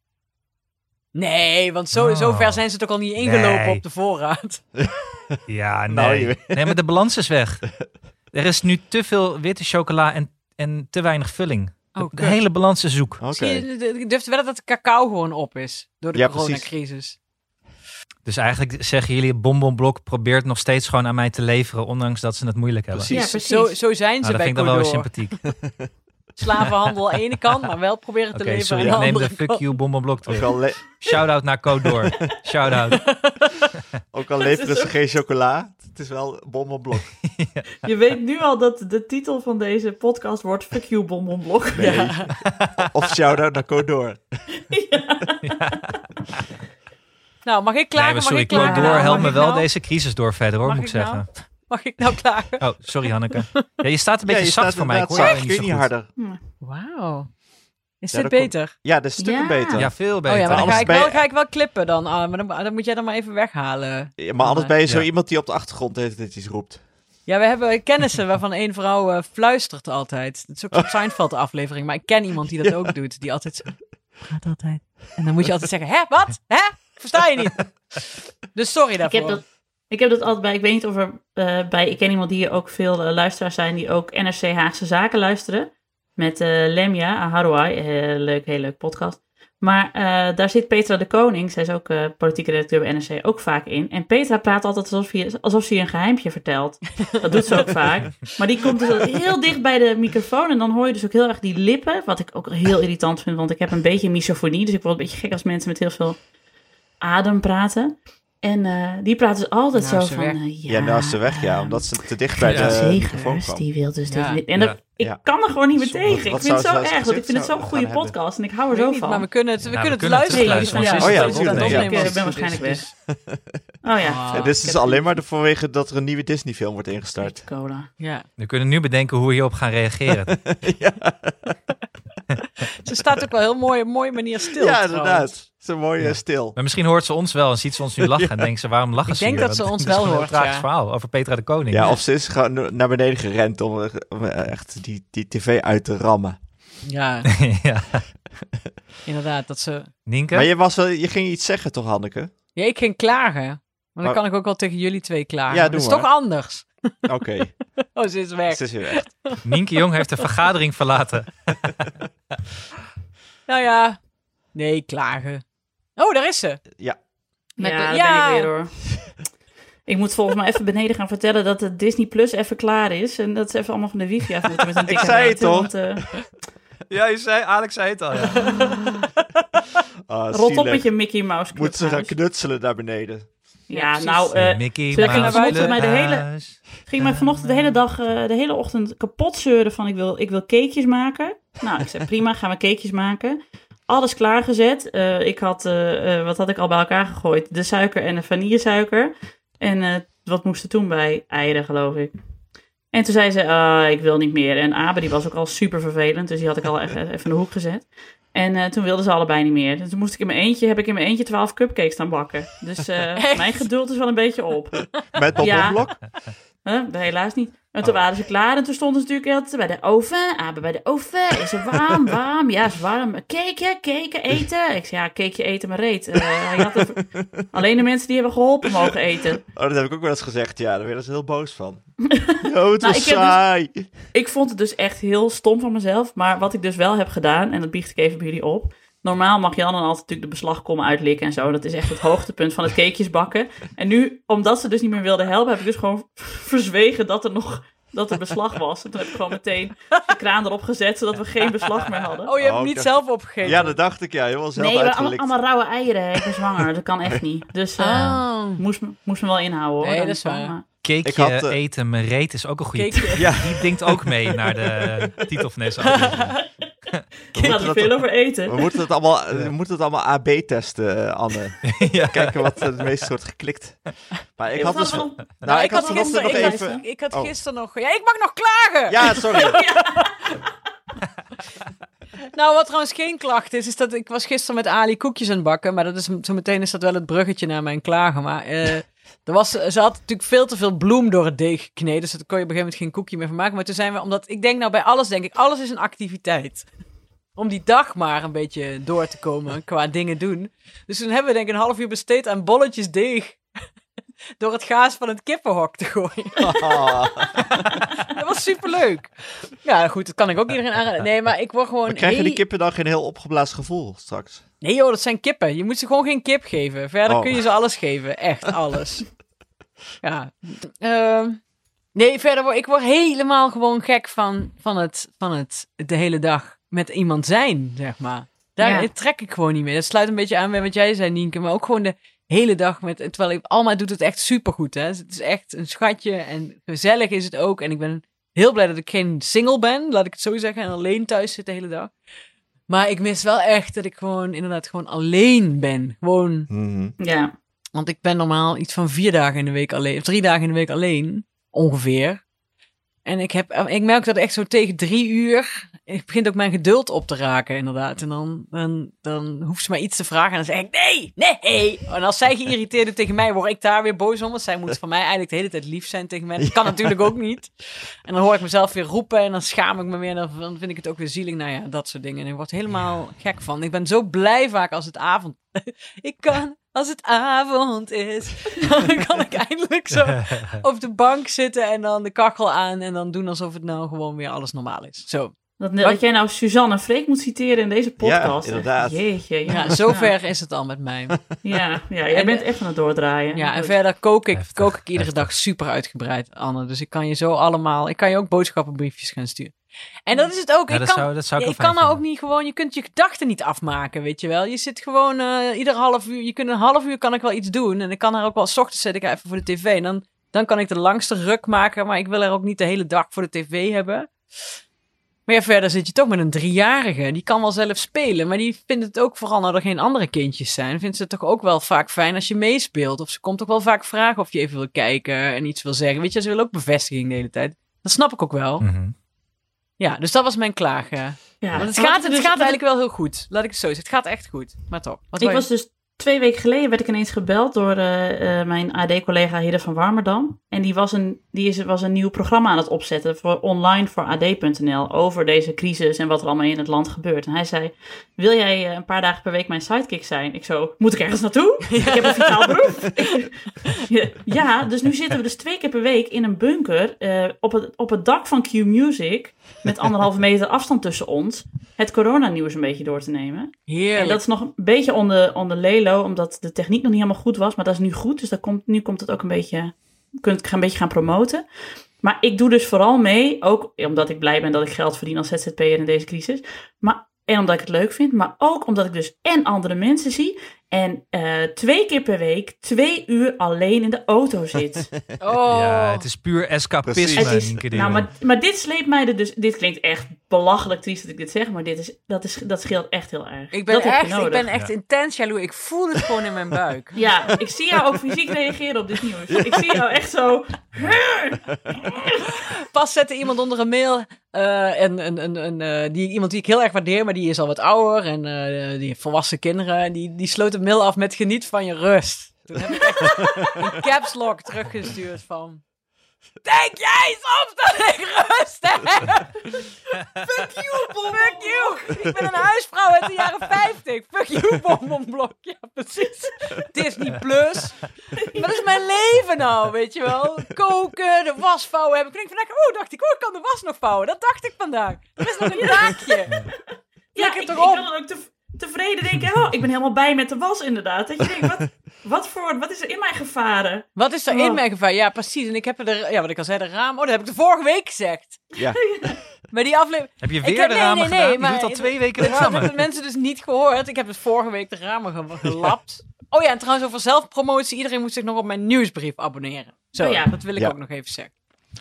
Nee, want zo ver zijn ze toch al niet ingelopen op de voorraad. Ja, nee. Nee, maar de balans is weg. Er is nu te veel witte chocola en te weinig vulling. De hele balans is zoek. Okay. Ik durf te wedden dat de cacao gewoon op is door de coronacrisis. Dus eigenlijk zeggen jullie, Bon Blok probeert nog steeds gewoon aan mij te leveren, ondanks dat ze het moeilijk hebben. Precies. Ja, precies. Zo zijn ze dat bij vind ik dan wel weer sympathiek. Slavenhandel aan de ene kant, maar wel proberen te leveren aan de andere kant. Neem de fuck you Bon Blok terug. Shout-out naar Code Door. Shout-out. Ook al leveren ze geen chocola, het is wel Bon Blok. Ja. Je weet nu al dat de titel van deze podcast wordt Fuck you Bon Blok. Nee. Ja. Of shout-out naar Code Door. Ja. Nou, mag ik klagen? Sorry, Code Door helpt me wel deze crisis door verder, hoor, moet ik zeggen. Mag ik nou klagen? Oh, sorry Hanneke. Ja, je staat een beetje zacht voor mij. Ik hoor je niet harder. Wauw. Is dit beter? Ja, dat is stukken beter. Ja, veel beter. Oh ja, maar dan ga ik wel klippen dan. Maar dan moet jij dan maar even weghalen. Ja, maar anders ben je zo iemand die op de achtergrond dit iets roept. Ja, we hebben kennissen waarvan één vrouw fluistert altijd. Dat is ook zo'n Seinfeld-aflevering. Maar ik ken iemand die dat ook doet. Die altijd praat altijd. En dan moet je altijd zeggen, hè, wat? Hè? Versta je niet? Dus sorry daarvoor. Ik heb dat altijd bij, ik weet niet of er ik ken iemand die ook veel luisteraars zijn die ook NRC Haagse Zaken luisteren. Met Lemja Aharouai, heel leuk podcast. Maar daar zit Petra de Koning, zij is ook politieke redacteur bij NRC, ook vaak in. En Petra praat altijd alsof ze je een geheimpje vertelt. Dat doet ze ook vaak. Maar die komt dus heel dicht bij de microfoon en dan hoor je dus ook heel erg die lippen. Wat ik ook heel irritant vind, want ik heb een beetje misofonie. Dus ik word een beetje gek als mensen met heel veel adem praten. En die praten dus altijd Nou, zo ze van... weg. Nou is ze weg, ja. Omdat ze te dicht bij de microfoon Zegers, kwam. die wil dus... Ja. Ik kan er gewoon niet meer Wat- tegen. wat Ik vind het zou zo ze erg, want ik vind het zou zo'n goede gaan hebben? podcast. En ik hou er Weet zo niet, van. maar we kunnen het Nee, luisteren. luisteren, Ja, want ja, het tuurlijk, opnemen, ja. want Ik ben het waarschijnlijk is- Oh ja. Ah. En dit is alleen maar vanwege dat er een nieuwe Disney-film wordt ingestart. Cola. Ja. We kunnen nu bedenken hoe we hierop gaan reageren. Ze staat ook wel heel mooie manier stil. Ja, trouwens. inderdaad. Zo mooi Ja. stil. Maar misschien hoort ze ons wel en ziet ze ons nu lachen. En denkt ze, waarom lachen Ik ze denk hier? dat ze Want ons het is wel gewoon een hoort, tragisch ja. verhaal over Petra de Koning. Ja, of ze is gewoon naar beneden gerend om echt die tv uit te rammen. Ja, ja. inderdaad. Dat ze... Nienke? Maar je ging iets zeggen toch, Hanneke? Ja, ik ging klagen. Maar dan Maar- kan ik ook wel tegen jullie twee klagen. Ja, Dat doe is maar. toch anders? Oké, Oh, ze is weg. het is weer echt. Nienke Jong heeft de vergadering verlaten. Nou ja. Nee, klagen. Oh, daar is ze. Ja, Met Ja, de- daar ja. ben ik weer hoor. Ik moet volgens mij even beneden gaan vertellen dat de Disney Plus even klaar is. En dat ze even allemaal van de wifi af moeten met een dikke zei het ruimte, toch? want, Ja, Alex zei het al. Ja. rot op zielig. met je Mickey Mouse Moet ze gaan Clubhouse. knutselen naar beneden. Ja, precies. nou, Mickey ze ging Mouse vanochtend mij de hele- Clubhuis. ging mij vanochtend de hele dag, de hele ochtend kapot zeuren van ik wil cakejes maken. Nou, ik zei prima, gaan we cakejes maken. Alles klaargezet. Ik had, wat had ik al bij elkaar gegooid? De suiker en de vanillesuiker. En wat moest er toen bij? Eieren, geloof ik. En toen zei ze, ik wil niet meer. En Abe, die was ook al super vervelend. Dus die had ik al even in de hoek gezet. En toen wilden ze allebei niet meer. Dus toen heb ik in mijn eentje 12 cupcakes staan bakken. Dus mijn geduld is wel een beetje op. Met bonbonblok? Helaas niet. En toen waren ze klaar en toen stonden ze natuurlijk altijd bij de oven. Abe bij de oven. Is het warm? Ja, is het warm. Cake eten. Ik zei, ja, cakeje eten maar reet. Hij had alleen de mensen die hebben geholpen mogen eten. Oh, dat heb ik ook wel eens gezegd. Ja, daar werden ze heel boos van. Oh, het Nou, was ik heb saai. Ik vond het dus echt heel stom van mezelf. Maar wat ik dus wel heb gedaan, en dat biecht ik even bij jullie op. Normaal mag Jan dan altijd natuurlijk de beslagkom uitlikken en zo. Dat is echt het hoogtepunt van het cakejes bakken. En nu, omdat ze dus niet meer wilden helpen, heb ik dus gewoon verzwegen dat er beslag was. En toen heb ik gewoon meteen de kraan erop gezet, zodat we geen beslag meer hadden. Oh, je hebt Oh, hem ik niet dacht- zelf opgegeten. Ja, dat dacht ik, ja. Helemaal zelf Nee, maar uitgelikt. allemaal rauwe eieren. Hè. Ik ben zwanger, dat kan echt niet. Dus Oh. moest me wel inhouden hoor. Nee, Daar dat is niet van, waar. maar- Cakeje Ik had, eten, mijn reet is ook een goede Cake- tip. Ja. Die denkt ook mee naar de titel van deze aflevering. Ik ga er veel over eten. We moeten het allemaal AB testen, Anne. Ja. Kijken wat het meest wordt geklikt. Maar ik Wat had dus... hadden we nog? Nou, ik had had vanochtend nog gisteren, even... ik had Oh. gisteren nog... Ja, ik mag nog klagen! Ja, sorry. Nou, wat trouwens geen klacht is dat ik was gisteren met Ali koekjes aan het bakken. Maar dat is, zo meteen is dat wel het bruggetje naar mijn klagen. Maar ze had natuurlijk veel te veel bloem door het deeg gekneden. Dus daar kon je op een gegeven moment geen koekje meer van maken. Maar toen zijn we, omdat ik denk nou bij alles, alles is een activiteit. Om die dag maar een beetje door te komen qua dingen doen. Dus toen hebben we denk ik een half uur besteed aan bolletjes deeg. Door het gaas van het kippenhok te gooien. Dat was superleuk. Ja, goed, dat kan ik ook iedereen aanraden. Nee, maar ik word gewoon... Maar krijgen die kippen dan geen heel opgeblazen gevoel straks? Nee joh, dat zijn kippen. Je moet ze gewoon geen kip geven. Verder Oh. kun je ze alles geven. Echt alles. Ja. Nee, verder ik word helemaal gewoon gek van het de hele dag met iemand zijn, zeg maar. Daar Ja. trek ik gewoon niet meer. Dat sluit een beetje aan bij wat jij zei, Nienke. Maar ook gewoon de hele dag met... Terwijl Alma doet het echt supergoed, hè. Het is echt een schatje en gezellig is het ook. En ik ben heel blij dat ik geen single ben, laat ik het zo zeggen. En alleen thuis zit de hele dag. Maar ik mis wel echt dat ik gewoon alleen ben. Gewoon, Mhm. Ja. want ik ben normaal iets van 4 dagen in de week alleen. Of 3 dagen in de week alleen, ongeveer. En ik merk dat echt zo tegen 3 uur... Ik begint ook mijn geduld op te raken, inderdaad. En dan hoeft ze mij iets te vragen. En dan zeg ik, nee. En als zij geïrriteerd is tegen mij, word ik daar weer boos om. Want zij moet van mij eigenlijk de hele tijd lief zijn tegen mij. Dat kan natuurlijk ook niet. En dan hoor ik mezelf weer roepen. En dan schaam ik me weer. En dan vind ik het ook weer zielig. Nou ja, dat soort dingen. En ik word helemaal gek van. Ik ben zo blij vaak als het avond... Ik kan als het avond is, dan kan ik eindelijk zo op de bank zitten en dan de kachel aan en dan doen alsof het nou gewoon weer alles normaal is. Zo. Dat jij nou Suzanne en Freek moet citeren in deze podcast. Ja, inderdaad. Jeetje. Ja, zover is het al met mij. Ja, jij bent echt aan het doordraaien. Ja, en verder kook ik iedere Heftig. dag super uitgebreid, Anne. Dus ik kan je ook boodschappenbriefjes gaan sturen. En dat is het ook. Ja, dat zou ik wel je fijn kan nou ook vinden. niet gewoon, je kunt je gedachten niet afmaken, weet je wel. Je zit gewoon ieder half uur, een half uur kan ik wel iets doen. En ik kan er ook wel, 's ochtends zet ik even voor de tv. En dan kan ik de langste ruk maken, maar ik wil er ook niet de hele dag voor de tv hebben. Maar ja, verder zit je toch met een 3-jarige. Die kan wel zelf spelen, maar die vindt het ook, vooral nou er geen andere kindjes zijn, vindt ze het toch ook wel vaak fijn als je meespeelt. Of ze komt ook wel vaak vragen of je even wil kijken en iets wil zeggen. Weet je, ze wil ook bevestiging de hele tijd. Dat snap ik ook wel. Mhm. Ja, dus dat was mijn klagen. Ja, Want het gaat eigenlijk wel heel goed. Laat ik het zo zeggen. Het gaat echt goed. Maar toch. Ik was dus 2 weken geleden werd ik ineens gebeld door mijn AD-collega Hidde van Warmerdam. En die was een nieuw programma aan het opzetten voor online voor AD.nl over deze crisis en wat er allemaal in het land gebeurt. En hij zei, wil jij een paar dagen per week mijn sidekick zijn? Ik zo, moet ik ergens naartoe? Ik heb een vitaal beroep. Ja, dus nu zitten we dus 2 keer per week in een bunker op het dak van Q-Music met 1,5 meter afstand tussen ons het coronanieuws een beetje door te nemen. Heerlijk. En dat is nog een beetje onder lelo, omdat de techniek nog niet helemaal goed was. Maar dat is nu goed, dus nu komt het ook een beetje... Kunt ik een beetje gaan promoten. Maar ik doe dus vooral mee, ook omdat ik blij ben dat ik geld verdien als ZZP'er in deze crisis. En omdat ik het leuk vind, maar ook omdat ik dus en andere mensen zie. En 2 keer per week 2 uur alleen in de auto zit. Oh. Ja, het is puur escapisme. Het is, Nienke nou, Deeuwen. maar dit sleept mij er dus... Dit klinkt echt belachelijk triest dat ik dit zeg, maar dat scheelt echt heel erg. Ik Dat ben heb je echt, nodig. intens jaloers. Ik voel het gewoon in mijn buik. Ja, ik zie jou ook fysiek reageren op dit nieuws. Ik zie jou echt zo... Pas zette iemand onder een mail. Iemand die ik heel erg waardeer, maar die is al wat ouder. En die heeft volwassen kinderen. En die sloot een mail af met geniet van je rust. Toen heb ik echt een caps lock teruggestuurd van... Denk jij soms dat ik rust heb? Fuck you, Bonbon. Fuck you. Ik ben een huisvrouw uit de jaren 50. Fuck you, Bonbonblok. Ja, precies. Disney Plus. Wat is mijn leven nou, weet je wel? Koken, de was vouwen. Heb ik vandaag, ik kan de was nog vouwen. Dat dacht ik vandaag. Er is nog een taakje. Ja, ik kan dan ook tevreden denken, ik ben helemaal bij met de was inderdaad. Dat je denkt, wat is er in mijn gevaren? Wat is er in mijn gevaar? Ja, precies. En ik heb wat ik al zei, de raam. Oh, dat heb ik de vorige week gezegd. Ja. Maar die aflevering... Heb je weer de ramen gedaan? Je doet al 2 weken de Dat ramen. hebben de mensen dus niet gehoord. Ik heb dus vorige week de ramen gelapt. Oh ja, en trouwens over zelfpromotie. Iedereen moet zich nog op mijn nieuwsbrief abonneren. Zo, dat wil ik ook nog even zeggen.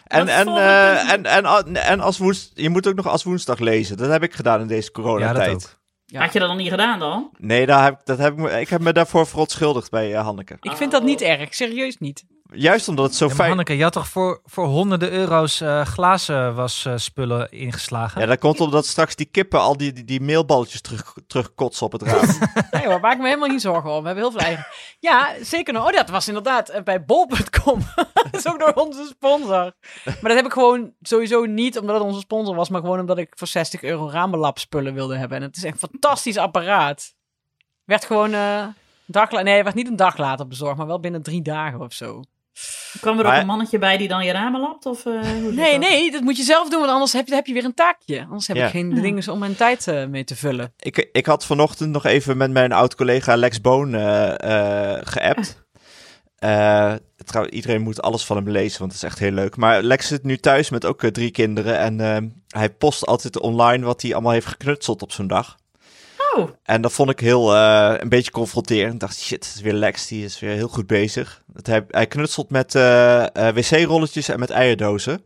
En als je moet ook nog als woensdag lezen. Dat heb ik gedaan in deze coronatijd. Ja, dat ook. Ja. Had je dat nog niet gedaan dan? Nee, ik heb me daarvoor verontschuldigd bij Hanneke. Ik vind dat niet erg. Serieus niet. Juist omdat het zo Ja, maar fijn... Hanneke, je had toch voor honderden euro's glazenwasspullen ingeslagen? Ja, dat komt omdat straks die kippen al die meelballetjes terugkotsen op het raam. Nee hoor, maak me helemaal niet zorgen om. We hebben heel veel eigen... Ja, zeker nog. Oh, dat was inderdaad bij bol.com. Dat is ook door onze sponsor. Maar dat heb ik gewoon sowieso niet omdat het onze sponsor was, maar gewoon omdat ik voor €60 ramenlapspullen wilde hebben. En het is echt een fantastisch apparaat. Werd gewoon het was niet een dag later bezorgd, maar wel binnen 3 dagen of zo. Kwam er ook een mannetje bij die dan je ramen lapt? Of, Nee, dat moet je zelf doen, want anders heb je weer een taakje. Anders heb ik geen dingen om mijn tijd mee te vullen. Ik had vanochtend nog even met mijn oud-collega Lex Boon geappt. Iedereen moet alles van hem lezen, want het is echt heel leuk. Maar Lex zit nu thuis met ook 3 kinderen. En hij post altijd online wat hij allemaal heeft geknutseld op zo'n dag. Oh. En dat vond ik een beetje confronterend. Ik dacht, shit, het is weer Lex, die is weer heel goed bezig. Hij knutselt met wc-rolletjes en met eierdozen.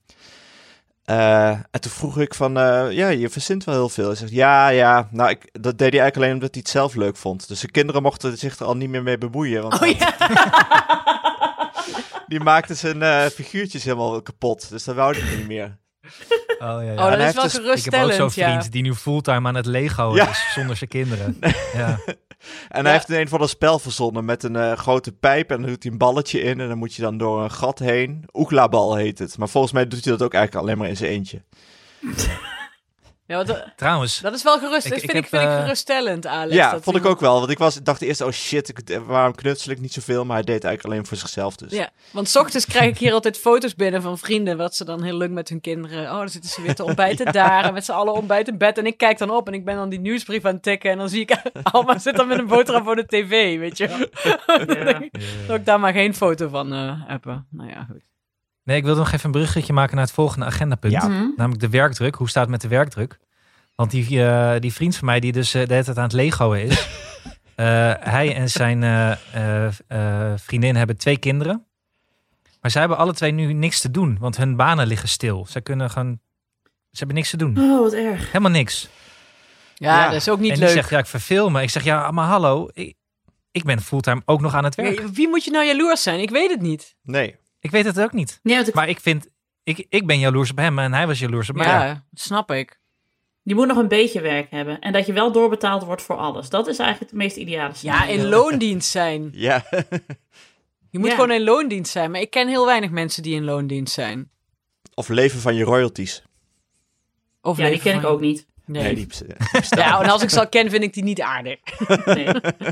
En toen vroeg ik van, je verzint wel heel veel. Hij zegt, ja, nou, dat deed hij eigenlijk alleen omdat hij het zelf leuk vond. Dus de kinderen mochten zich er al niet meer mee bemoeien. Want die maakten zijn figuurtjes helemaal kapot. Dus dat wou hij niet meer. Oh, ja. Oh, dat is wel Ik heb geruststellend, ook zo'n vriend ja. die nu fulltime aan het Lego is zonder zijn kinderen. Ja. En hij heeft een van een spel verzonnen met een grote pijp. En dan doet hij een balletje in en dan moet je dan door een gat heen. Oeglabal heet het. Maar volgens mij doet hij dat ook eigenlijk alleen maar in zijn eentje. Ja, Trouwens, dat is wel gerust. Ik vind heb, ik geruststellend, Alex. Ja, dat vond ik iemand- ook wel. Want ik dacht eerst, oh shit, waarom knutsel ik niet zoveel? Maar hij deed eigenlijk alleen voor zichzelf dus. Ja, want 's ochtends krijg ik hier altijd foto's binnen van vrienden, wat ze dan heel leuk met hun kinderen. Oh, dan zitten ze weer te ontbijten daar en met z'n allen ontbijten in bed. En ik kijk dan op en ik ben dan die nieuwsbrief aan het tikken en dan zie ik allemaal zit dan met een boterham voor de tv, weet je wel. Dat ik daar maar geen foto van hebben. Nou ja, goed. nee, ik wilde nog even een bruggetje maken naar het volgende agendapunt. Ja. Namelijk de werkdruk. Hoe staat het met de werkdruk? Want die vriend van mij die dus de hele tijd aan het legoen is. Hij en zijn vriendin hebben 2 kinderen. Maar zij hebben alle 2 nu niks te doen. Want hun banen liggen stil. Ze hebben niks te doen. Oh, wat erg. Helemaal niks. Ja, Ja. dat is ook niet en leuk. die zegt, ja, ik verveel me. Ik zeg, ja, maar hallo. Ik ben fulltime ook nog aan het werk. Ja, wie moet je nou jaloers zijn? Ik weet het niet. Nee. Ik weet het ook niet. Nee, want Maar ik vind... Ik ben jaloers op hem en hij was jaloers op mij. Ja, snap ik. je moet nog een beetje werk hebben. En dat je wel doorbetaald wordt voor alles. Dat is eigenlijk het meest ideale Ja, scenario. in loondienst zijn. Ja. Je moet Ja. gewoon in loondienst zijn. Maar ik ken heel weinig mensen die in loondienst zijn. Of leven van je royalties. Of Ja, die leven ken ik van- ook niet. Nee. Nee, die bestaan. Ja, en als ik ze al ken, vind ik die niet aardig. Nee.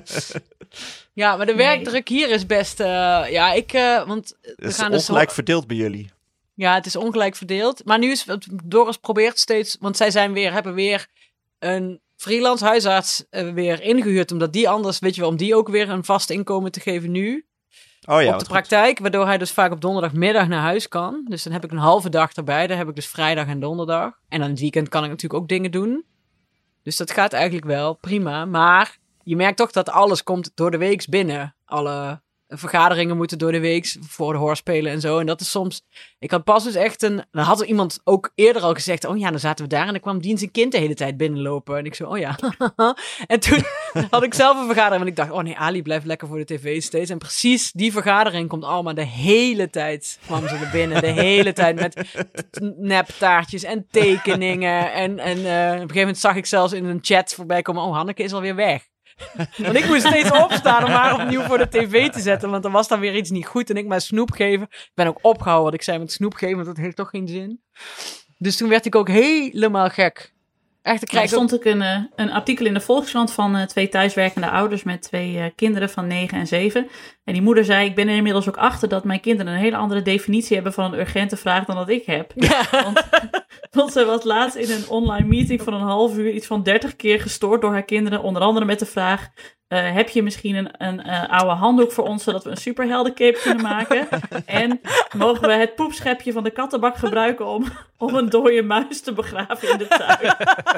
Ja, maar de Nee. werkdruk hier is best... want we Het is gaan dus... ongelijk verdeeld bij jullie. Ja, het is ongelijk verdeeld. Maar nu is Doris probeert steeds... Want zij hebben weer een freelance huisarts weer ingehuurd. Omdat die anders, weet je wel, om die ook weer een vast inkomen te geven nu. Oh ja, op wat de goed. praktijk. Waardoor hij dus vaak op donderdagmiddag naar huis kan. Dus dan heb ik een halve dag erbij. Dan heb ik dus vrijdag en donderdag. En dan het weekend kan ik natuurlijk ook dingen doen. Dus dat gaat eigenlijk wel prima. Maar je merkt toch dat alles komt door de weeks binnen. Alle vergaderingen moeten door de weeks voor de hoorspelen en zo. En dat is soms... Ik had pas dus echt dan had er iemand ook eerder al gezegd... Oh ja, dan zaten we daar en dan kwam dienst en kind de hele tijd binnenlopen. En ik zo, oh ja. En toen had ik zelf een vergadering. Want ik dacht, oh nee, Ali blijft lekker voor de tv steeds. En precies die vergadering komt allemaal de hele tijd... kwam ze er binnen, de hele tijd met neptaartjes en tekeningen. En op een gegeven moment zag ik zelfs in een chat voorbij komen... Oh, Hanneke is alweer weg. Want ik moest steeds opstaan om haar opnieuw voor de tv te zetten. Want er was dan weer iets niet goed. En ik maar snoep geven. Ik ben ook opgehouden wat ik zei met snoep geven. Want dat heeft toch geen zin. Dus toen werd ik ook helemaal gek. Echt, ik Er krijg stond ook een artikel in de Volkskrant van 2 thuiswerkende ouders met 2 kinderen van 9 en 7. En die moeder zei, ik ben er inmiddels ook achter dat mijn kinderen een hele andere definitie hebben van een urgente vraag dan dat ik heb. Ja. Want ze was laatst in een online meeting van een half uur iets van 30 keer gestoord door haar kinderen. Onder andere met de vraag, heb je misschien een oude handdoek voor ons zodat we een superheldencape kunnen maken? En mogen we het poepschepje van de kattenbak gebruiken om een dode muis te begraven in de tuin?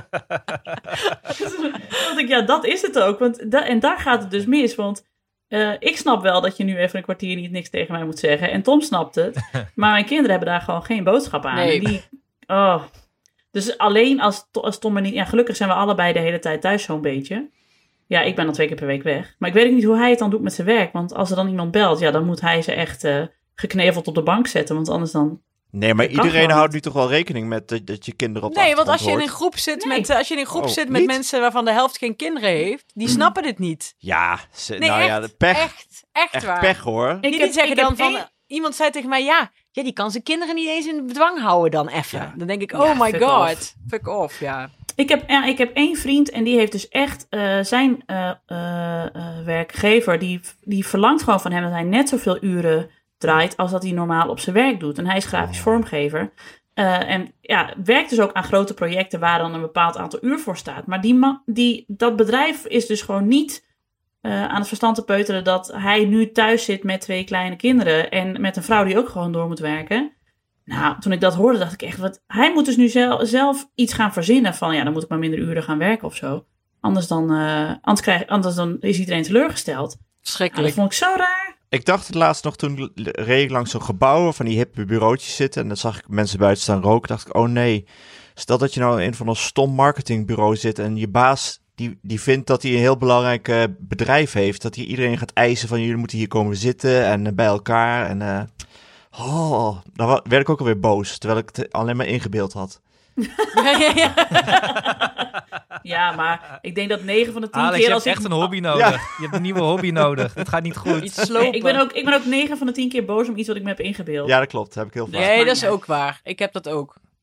Dus ik, ja, dat is het ook. En daar gaat het dus mis. Want ik snap wel dat je nu even een kwartier niet niks tegen mij moet zeggen. En Tom snapt het. Maar mijn kinderen hebben daar gewoon geen boodschap aan. Nee. En dus alleen als Tom en niet... Ja, gelukkig zijn we allebei de hele tijd thuis zo'n beetje. Ja, ik ben dan 2 keer per week weg. Maar ik weet ook niet hoe hij het dan doet met zijn werk. Want als er dan iemand belt, ja, dan moet hij ze echt gekneveld op de bank zetten. Want anders dan... Nee, maar Dat kan iedereen gewoon houdt niet. nu toch wel rekening met dat je kinderen op de Nee, want als achtergrond je in een hoort. groep zit Nee. met niet? mensen waarvan de helft geen kinderen heeft, die snappen dit niet. Ja, Nee, nou ja, echt, de pech. Echt Echt waar. pech hoor. Die zeggen dan van... Iemand zei tegen mij, ja, die kan zijn kinderen niet eens in bedwang houden dan even. Ja. Dan denk ik, Ja, oh my fuck god. off. Fuck off, ja. Ik heb 1 vriend en die heeft dus echt zijn werkgever, die verlangt gewoon van hem dat hij net zoveel uren draait als dat hij normaal op zijn werk doet. En hij is grafisch vormgever. En ja, werkt dus ook aan grote projecten waar dan een bepaald aantal uur voor staat. Maar dat bedrijf is dus gewoon niet aan het verstand te peuteren dat hij nu thuis zit met 2 kleine kinderen en met een vrouw die ook gewoon door moet werken. Nou, toen ik dat hoorde, dacht ik echt, hij moet dus nu zelf iets gaan verzinnen van, ja, dan moet ik maar minder uren gaan werken of zo. Anders dan is iedereen teleurgesteld. Nou, dat Schrikkelijk. vond ik zo raar. Ik dacht het laatst nog, toen reed ik langs zo'n gebouw van die hippe bureautjes zitten. En dan zag ik mensen buiten staan roken. Dacht ik, oh nee. Stel dat je nou in van een stom marketingbureau zit en je baas die vindt dat hij een heel belangrijk bedrijf heeft. Dat hij iedereen gaat eisen van jullie moeten hier komen zitten en bij elkaar. En dan werd ik ook alweer boos, terwijl ik het alleen maar ingebeeld had. Ja. Ja, maar ik denk dat 9 van de 10 Alex, keer je als hebt ik... echt een hobby nodig. Je hebt een nieuwe hobby nodig. Dat gaat niet goed. Iets slopen. Ik ben ook 9 van de 10 keer boos om iets wat ik me heb ingebeeld. Ja, dat klopt. Dat heb ik heel vaak. Nee, dat is ook waar. Ik heb dat ook.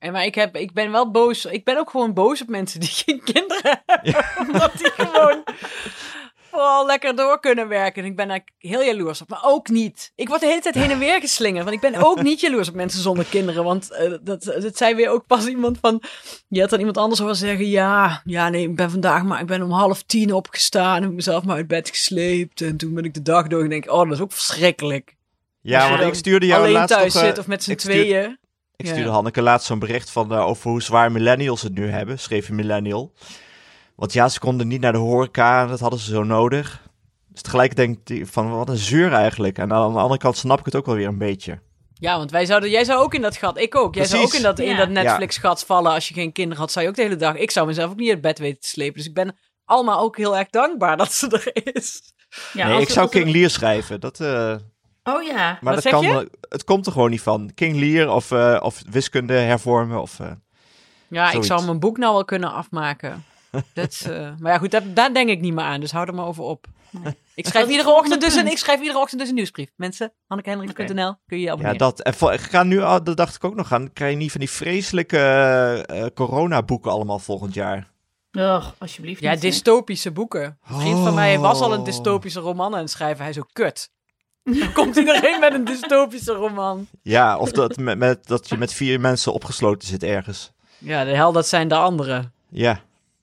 Maar ik ben wel boos. Ik ben ook gewoon boos op mensen die geen kinderen hebben. Omdat die gewoon vooral lekker door kunnen werken. En ik ben daar heel jaloers op. Maar ook niet. Ik word de hele tijd heen en weer geslingerd. Want ik ben ook niet jaloers op mensen zonder kinderen. Want dat zei weer ook pas iemand van... Je had dan iemand anders horen zeggen... Ja, nee, ik ben om 9:30 opgestaan. En heb mezelf maar uit bed gesleept. En toen ben ik de dag door. En denk dat is ook verschrikkelijk. Ja, want ik stuurde jou alleen laatst thuis nog, zit of met z'n tweeën. Ik stuurde Hanneke laatst zo'n bericht van over hoe zwaar millennials het nu hebben. Schreef een millennial. Want ja, ze konden niet naar de horeca. Dat hadden ze zo nodig. Dus tegelijk denk ik van wat een zeur eigenlijk. En aan de andere kant snap ik het ook wel weer een beetje. Ja, want jij zou ook in dat gat. Ik ook. Jij zou ook in dat Netflix-gat vallen als je geen kinderen had. Zou je ook de hele dag. Ik zou mezelf ook niet uit bed weten te slepen. Dus ik ben allemaal ook heel erg dankbaar dat ze er is. Ja, nee, ik zou King Lear schrijven. Dat... Oh ja. Maar wat dat zeg je? Het komt er gewoon niet van. King Lear of wiskunde hervormen of ja, zoiets. Ik zou mijn boek nou wel kunnen afmaken. Maar ja, goed, daar denk ik niet meer aan. Dus hou er maar over op. Nee. Ik schrijf iedere ochtend dus een nieuwsbrief. Mensen, HannekeHendricks.nl, kun je je abonneren. Ja, dat. En ga nu, dat dacht ik ook nog aan. Krijg je niet van die vreselijke coronaboeken allemaal volgend jaar? Och, alsjeblieft Ja, niet, dystopische boeken. Een vriend van mij was al een dystopische roman aan het schrijven. Hij is zo kut. Dan komt iedereen met een dystopische roman. Ja, of dat je met 4 mensen opgesloten zit ergens. Ja, de hel, dat zijn de anderen. Ja.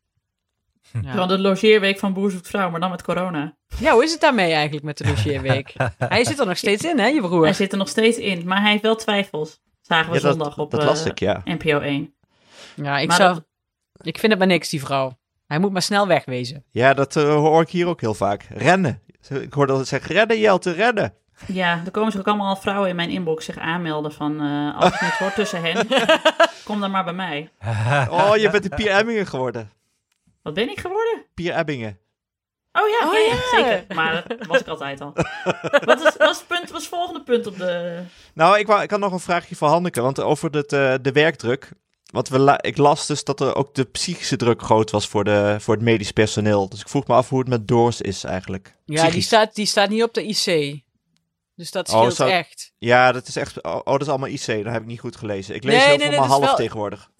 Ja. Van de logeerweek van Boer zoekt vrouw, maar dan met corona. Ja, hoe is het daarmee eigenlijk met de logeerweek? Hij zit er nog steeds in, hè, je broer? Hij zit er nog steeds in, maar hij heeft wel twijfels. Zagen we zondag op dat las ik, ja. NPO 1. Ja, ik vind het maar niks, die vrouw. Hij moet maar snel wegwezen. Ja, dat hoor ik hier ook heel vaak. Rennen. Ik hoorde dat zeggen, rennen Jelte, rennen. Ja, er komen zich ook allemaal vrouwen in mijn inbox zich aanmelden van... als je niks hoort tussen hen, kom dan maar bij mij. Oh, je bent de Pier Ebbingen geworden. Wat ben ik geworden? Pier Ebbingen. Oh ja, zeker. Maar dat was ik altijd al. Wat was het volgende punt op de... Nou, ik had nog een vraagje voor Hanneke, want over de werkdruk. Want ik las dus dat er ook de psychische druk groot was voor het medisch personeel. Dus ik vroeg me af hoe het met Doors is eigenlijk. Ja, die staat niet op de IC. Dus dat scheelt echt. Ja, dat is echt... dat is allemaal IC. Dat heb ik niet goed gelezen. Ik lees heel veel maar half tegenwoordig.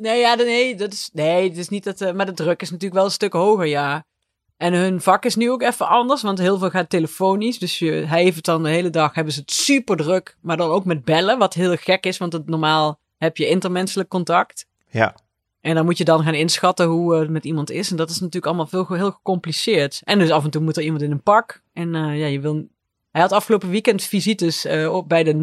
Het is niet dat... maar de druk is natuurlijk wel een stuk hoger, ja. En hun vak is nu ook even anders, want heel veel gaat telefonisch. Dus hij heeft het dan de hele dag, hebben ze het super druk. Maar dan ook met bellen, wat heel gek is, want normaal heb je intermenselijk contact. Ja. En dan moet je dan gaan inschatten hoe het met iemand is. En dat is natuurlijk allemaal heel gecompliceerd. En dus af en toe moet er iemand in een pak. En hij had afgelopen weekend visites bij de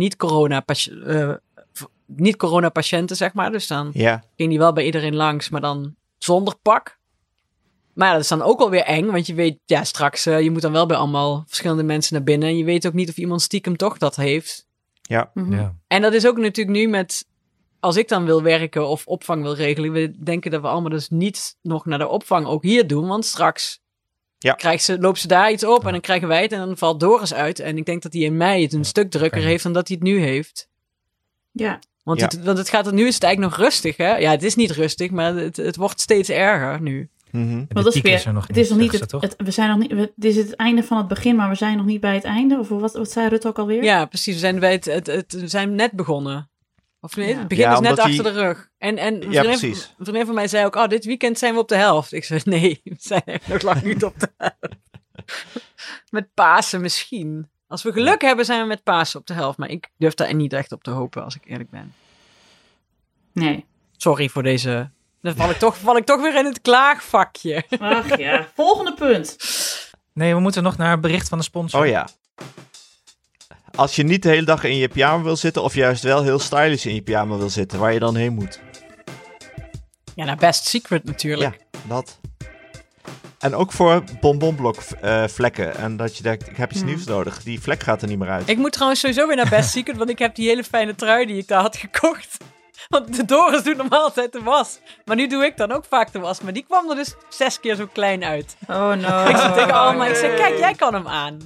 niet-corona patiënten, zeg maar. Dus dan ging hij wel bij iedereen langs, maar dan zonder pak. Maar dat is dan ook alweer eng, want je weet, ja, straks, je moet dan wel bij allemaal verschillende mensen naar binnen. En je weet ook niet of iemand stiekem toch dat heeft. Ja. Ja. En dat is ook natuurlijk nu met, als ik dan wil werken of opvang wil regelen, we denken dat we allemaal dus niet nog naar de opvang ook hier doen, want straks loopt ze daar iets op en dan krijgen wij het en dan valt Doris uit. En ik denk dat hij in mei het een stuk drukker heeft dan dat hij het nu heeft. Ja. Want het gaat er nu, is het eigenlijk nog rustig, hè? Ja, het is niet rustig, maar het wordt steeds erger nu. Mm-hmm. Maar dat is weer, het is nog niet we zijn nog niet, het is het einde van het begin, maar we zijn nog niet bij het einde. Of wat zei Rutte ook alweer? Ja, precies. We zijn bij we zijn net begonnen. Of nee, het begin is net achter de rug. En een vriendin van mij zei ook, dit weekend zijn we op de helft. Ik zei, nee, we zijn echt nog lang niet op de helft. Met Pasen misschien. Als we geluk hebben, zijn we met Pasen op de helft. Maar ik durf daar niet echt op te hopen, als ik eerlijk ben. Nee. Sorry voor deze... Dan val ik toch weer in het klaagvakje. Ach ja, volgende punt. Nee, we moeten nog naar het bericht van de sponsor. Oh ja. Als je niet de hele dag in je pyjama wil zitten, of juist wel heel stylish in je pyjama wil zitten, waar je dan heen moet. Ja, naar Best Secret natuurlijk. Ja, dat. En ook voor bonbonblok vlekken. En dat je denkt, ik heb iets nieuws nodig. Die vlek gaat er niet meer uit. Ik moet trouwens sowieso weer naar Best Secret, want ik heb die hele fijne trui die ik daar had gekocht. Want de Doris doet normaal altijd de was. Maar nu doe ik dan ook vaak de was. Maar die kwam er dus 6 keer zo klein uit. Oh no. Ik zat tegen allemaal. Ik zei, kijk, jij kan hem aan.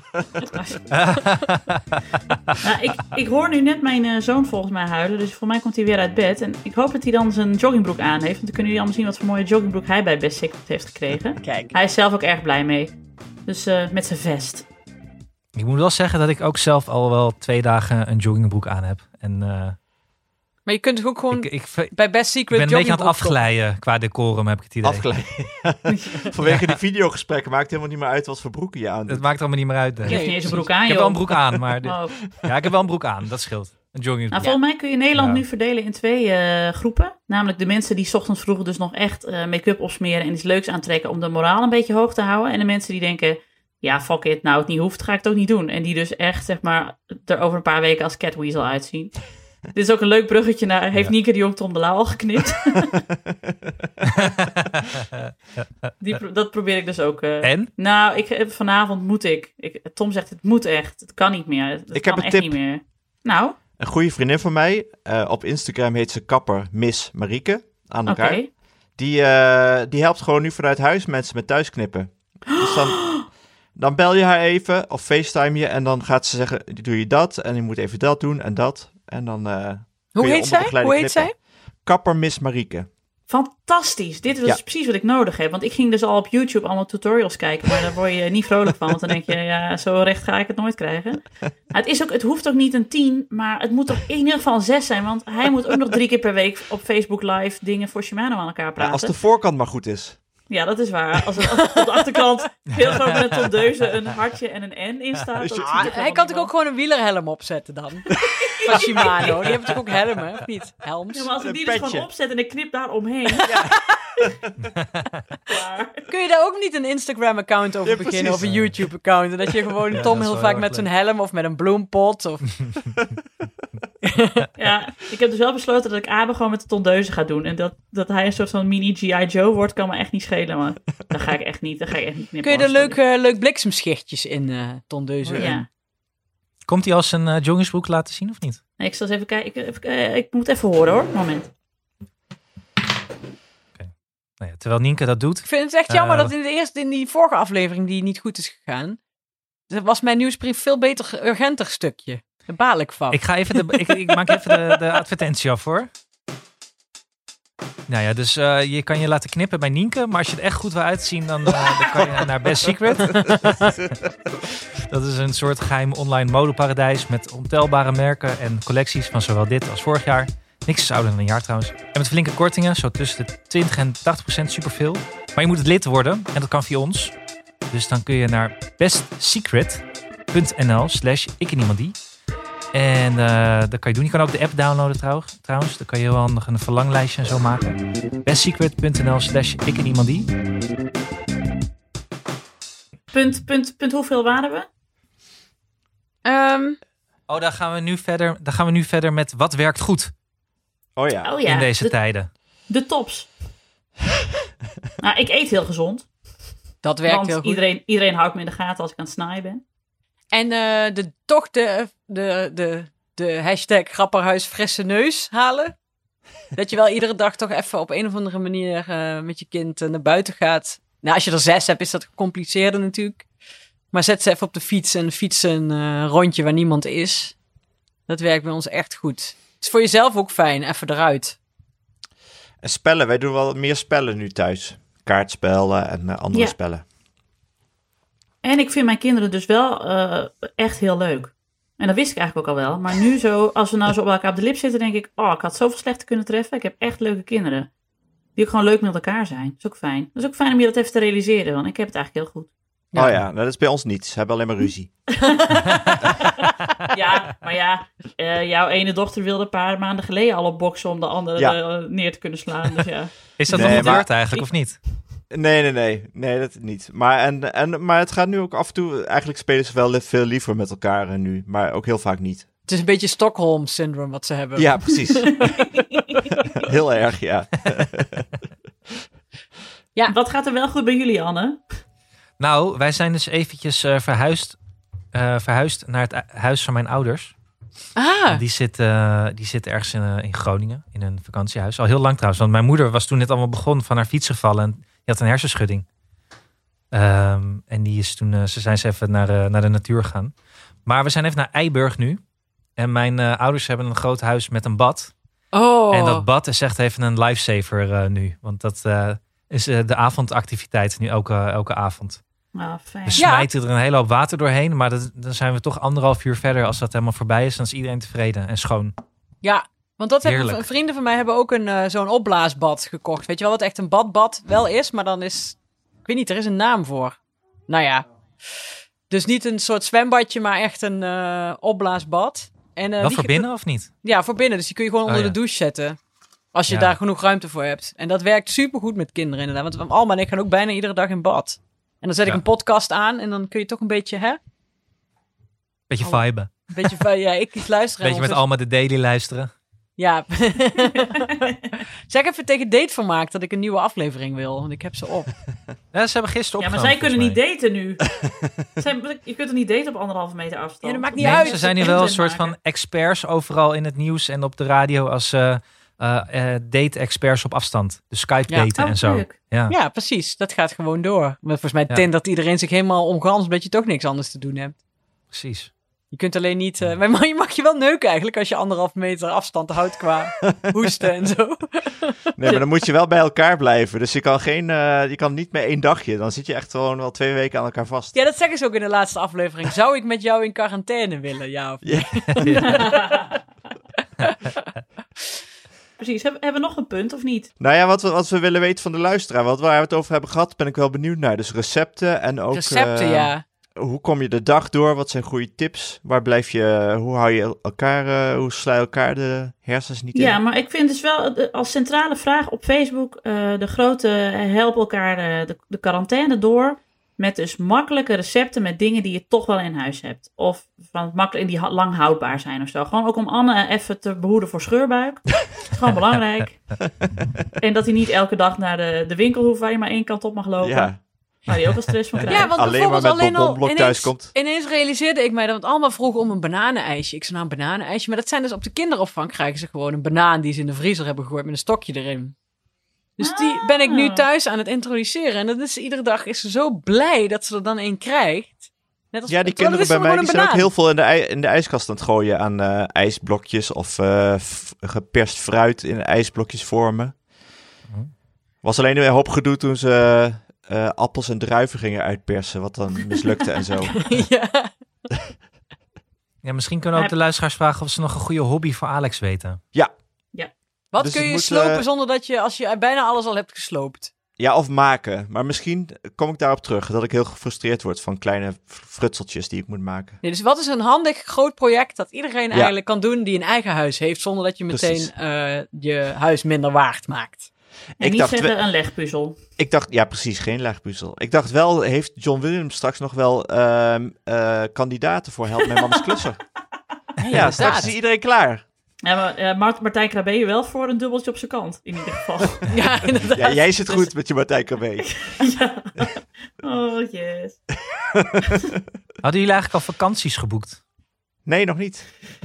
Nou, ik hoor nu net mijn zoon volgens mij huilen. Dus voor mij komt hij weer uit bed. En ik hoop dat hij dan zijn joggingbroek aan heeft. Want dan kunnen jullie allemaal zien wat voor mooie joggingbroek hij bij Best Secret heeft gekregen. Kijk. Hij is zelf ook erg blij mee. Dus met zijn vest. Ik moet wel zeggen dat ik ook zelf al wel 2 dagen een joggingbroek aan heb. En... Maar je kunt toch ook gewoon Ik bij Best Secret ben een beetje aan het joggingbroek afglijden qua decorum, heb ik het idee. Afgeleid. Vanwege die videogesprekken maakt het helemaal niet meer uit wat voor broeken je aan doet. Het maakt allemaal niet meer uit. Je hebt niet eens een broek aan, Ik heb joh. wel een broek aan, maar... Oh. Ja, ik heb wel een broek aan, dat scheelt. Een joggingbroek. Nou, volgens mij kun je Nederland Ja. nu verdelen in 2 groepen. Namelijk de mensen die 's ochtends vroeg dus nog echt make-up opsmeren en iets leuks aantrekken om de moraal een beetje hoog te houden. En de mensen die denken, ja, fuck it, nou het niet hoeft, ga ik het ook niet doen. En die dus echt, zeg maar, er over een paar weken als Catweasel uitzien. Dit is ook een leuk bruggetje naar, heeft Nienke de Jong Tom de Lauw al geknipt? Dat probeer ik dus ook. En? Nou, vanavond moet ik. Tom zegt, het moet echt. Het kan niet meer. Het Ik kan heb een echt tip. niet meer. Nou, Een goede vriendin van mij, op Instagram heet ze kapper Miss Marieke, aan oké. elkaar. Die helpt gewoon nu vanuit huis mensen met thuisknippen. Dus dan bel je haar even of FaceTime je en dan gaat ze zeggen, doe je dat en je moet even dat doen en dat. En dan Hoe je heet zij? onderbegeleide Hoe heet knippen. zij? Kapper Miss Marieke. Fantastisch. Dit is Ja. precies wat ik nodig heb. Want ik ging dus al op YouTube allemaal tutorials kijken. Maar daar word je niet vrolijk van. Want dan denk je, ja, zo recht ga ik het nooit krijgen. Het hoeft ook niet een 10. Maar het moet toch in ieder geval een 6 zijn. Want hij moet ook nog 3 keer per week op Facebook Live dingen voor Shimano aan elkaar Ja, praten. als de voorkant maar goed is. Ja, dat is waar. Als er op de achterkant heel groot met een tondeuze een hartje en een N in staat. dat ziet er Hij helemaal kan niet toch ook gewoon een wielerhelm opzetten dan? Van Shimano. Die hebben toch ook helmen, of niet? Helms. Ja, maar als ik Een die dus petje. gewoon opzet en ik knip daar omheen. Klaar. Kun je daar ook niet een Instagram-account over Ja, beginnen? precies. Of een YouTube-account? En dat je gewoon Ja, Tom dat is heel wel vaak heel met erg zijn helm of met een bloempot. Of... Ja, ik heb dus wel besloten dat ik Abe gewoon met de tondeuze ga doen. En dat hij een soort van mini G.I. Joe wordt, kan me echt niet schelen. Maar dat ga ik echt niet knippen. Kun je er sorry. leuk bliksemschichtjes in tondeuzen? Ja. Komt hij als een joggingsbroek laten zien of niet? Nee, ik zal eens even kijken. Ik moet even horen hoor. Moment. Nou ja, terwijl Nienke dat doet. Ik vind het echt jammer Eh, dat in die vorige aflevering die niet goed is gegaan. Dat was mijn nieuwsbrief veel beter, urgenter stukje. Daar baal ik van. Ik ga even ik maak even de advertentie af hoor. Nou ja, dus je kan je laten knippen bij Nienke. Maar als je er echt goed wil uitzien, dan kan je naar Best Secret. Dat is een soort geheim online modeparadijs met ontelbare merken en collecties van zowel dit als vorig jaar. Niks is ouder dan een jaar trouwens. En met flinke kortingen, zo tussen de 20 en 80%, superveel. Maar je moet het lid worden en dat kan via ons. Dus dan kun je naar bestsecret.nl/ikeniemandie. En dat kan je doen. Je kan ook de app downloaden trouwens. Dan kan je heel handig een verlanglijstje en zo maken. bestsecret.nl/ikeniemandie. Punt hoeveel waren we? Oh, dan gaan we nu verder met wat werkt goed Oh ja. Oh ja, in deze tijden. de tops. Nou, ik eet heel gezond. Dat werkt Want heel goed. iedereen houdt me in de gaten als ik aan het snijden ben. En de hashtag grapperhuis frisse neus halen. Dat je wel iedere dag toch even op een of andere manier met je kind naar buiten gaat. Nou, als je er 6 hebt, is dat gecompliceerder natuurlijk. Maar zet ze even op de fiets en fiets een rondje waar niemand is. Dat werkt bij ons echt goed. Het is voor jezelf ook fijn, even eruit. En spellen, wij doen wel meer spellen nu thuis. Kaartspellen en andere Ja. spellen. En ik vind mijn kinderen dus wel echt heel leuk. En dat wist ik eigenlijk ook al wel. Maar nu zo, als we nou zo op elkaar op de lip zitten, denk ik... Oh, ik had zoveel slechte kunnen treffen. Ik heb echt leuke kinderen. Die ook gewoon leuk met elkaar zijn. Dat is ook fijn. Dat is ook fijn om je dat even te realiseren. Want ik heb het eigenlijk heel goed. Ja. Oh ja, nou, dat is bij ons niet. Ze hebben alleen maar ruzie. Ja, maar ja, jouw ene dochter wilde een paar maanden geleden al op boksen om de andere neer te kunnen slaan. Dus ja. Is dat Nee, nog maar- gebeurd eigenlijk of niet? Nee, dat niet. Maar het gaat nu ook af en toe... Eigenlijk spelen ze wel veel liever met elkaar nu. Maar ook heel vaak niet. Het is een beetje Stockholm-syndroom wat ze hebben. Ja, precies. Heel erg, ja. Wat gaat er wel goed bij jullie, Anne? Nou, wij zijn dus eventjes verhuisd naar het huis van mijn ouders. Ah, Die zit ergens in Groningen, in een vakantiehuis. Al heel lang trouwens, want mijn moeder was toen net allemaal begonnen van haar fiets gevallen. En die had een hersenschudding. En die is toen, ze even naar de natuur gegaan. Maar we zijn even naar Eiburg nu. En mijn ouders hebben een groot huis met een bad. oh. En dat bad is echt even een lifesaver nu. Want dat is de avondactiviteit nu elke avond. Ah, fijn. We Ja. smijten er een hele hoop water doorheen. Maar dan zijn we toch 1,5 uur verder. Als dat helemaal voorbij is, dan is iedereen tevreden en schoon. Ja, Want dat hebben Heerlijk. vrienden van mij hebben ook zo'n opblaasbad gekocht. Weet je wel, wat echt een badbad wel is, maar dan is... Ik weet niet, er is een naam voor. Nou ja. Dus niet een soort zwembadje, maar echt een opblaasbad. En, Wel voor binnen of niet? Ja, voor binnen. Dus die kun je gewoon onder ja. de douche zetten. Als je Ja. daar genoeg ruimte voor hebt. En dat werkt supergoed met kinderen inderdaad. Want Alma en ik gaan ook bijna iedere dag in bad. En dan zet ik Ja. een podcast aan en dan kun je toch een beetje, hè? Beetje Oh. viben. Een beetje van, ja, ik iets luisteren. Beetje met Alma de Daily luisteren. Ja. Zeg even tegen Datevermaak dat ik een nieuwe aflevering wil. Want ik heb ze op. Ja, ze hebben gisteren Ja, maar opgenomen, zij kunnen niet volgens daten nu. Je kunt er niet daten op 1,5 meter afstand. Ja, dat maakt niet mij. uit. Nee, ze zijn nu wel een soort van experts overal in het nieuws en op de radio als date-experts op afstand. Dus Skype Ja. daten Oh, en zo. leuk. Ja. Ja, precies. Dat gaat gewoon door. Maar volgens mij Ja. tindert iedereen zich helemaal omgans omdat je toch niks anders te doen hebt. Precies. Je kunt alleen niet... maar je mag je wel neuken eigenlijk als je 1,5 meter afstand houdt qua hoesten en zo. Nee, maar dan moet je wel bij elkaar blijven. Dus je kan niet meer 1 dagje. Dan zit je echt gewoon wel 2 weken aan elkaar vast. Ja, dat zeggen ze ook in de laatste aflevering. Zou ik met jou in quarantaine willen? Ja of nee? Ja. Precies. Hebben we nog een punt of niet? Nou ja, wat we willen weten van de luisteraar. Wat waar we het over hebben gehad, ben ik wel benieuwd naar. Dus recepten en ook... Recepten, ja. Hoe kom je de dag door? Wat zijn goede tips? Hoe hou je elkaar, hoe sla je elkaar de hersens niet in? Ja, maar ik vind dus wel als centrale vraag op Facebook de grote help elkaar de quarantaine door. Met dus makkelijke recepten met dingen die je toch wel in huis hebt. Of van makkelijk die lang houdbaar zijn of zo. Gewoon ook om Anne even te behoeden voor scheurbuik. Dat is gewoon belangrijk. En dat hij niet elke dag naar de winkel hoeft waar je maar 1 kant op mag lopen. Ja. Waar hij ook wel stress van krijgt. Ja, want Alleen maar bijvoorbeeld met alleen al bonbonblok thuis komt. ineens realiseerde ik mij dat het allemaal vroeg om een bananenijsje. Ik zei nou een bananenijsje, maar dat zijn dus op de kinderopvang krijgen ze gewoon een banaan die ze in de vriezer hebben gegooid met een stokje erin. Dus die ben ik nu thuis aan het introduceren. En dat is iedere dag is ze zo blij dat ze er dan 1 krijgt. Net als, Ja, die terwijl kinderen het is bij mij gewoon die een zijn ook banaan. heel veel in de ijskast aan het gooien aan ijsblokjes of geperst fruit in ijsblokjes vormen. Was alleen een hoop gedoe toen ze appels en druiven gingen uitpersen, wat dan mislukte en zo. Ja. Ja, misschien kunnen we ook de luisteraars vragen of ze nog een goede hobby voor Alex weten. Wat Dus kun het je moet, slopen zonder dat je, als je bijna alles al hebt gesloopt? Ja, of maken. Maar misschien kom ik daarop terug, dat ik heel gefrustreerd word van kleine frutseltjes die ik moet maken. Nee, dus wat is een handig groot project dat iedereen Ja. eigenlijk kan doen die een eigen huis heeft, zonder dat je meteen Precies. je huis minder waard maakt? En Ik niet dacht zeggen een legpuzzel. Ik dacht, ja precies, geen legpuzzel. Ik dacht wel, heeft John Williams straks nog wel kandidaten voor Help Mijn Mama's Klusser? Ja, straks is iedereen klaar. Ja, maar Martijn Krabbe je wel voor een dubbeltje op zijn kant, in ieder geval. Ja, inderdaad. Ja, jij zit goed met je Martijn Krabbe. Ja. Oh, yes. Hadden jullie eigenlijk al vakanties geboekt? Nee, nog niet.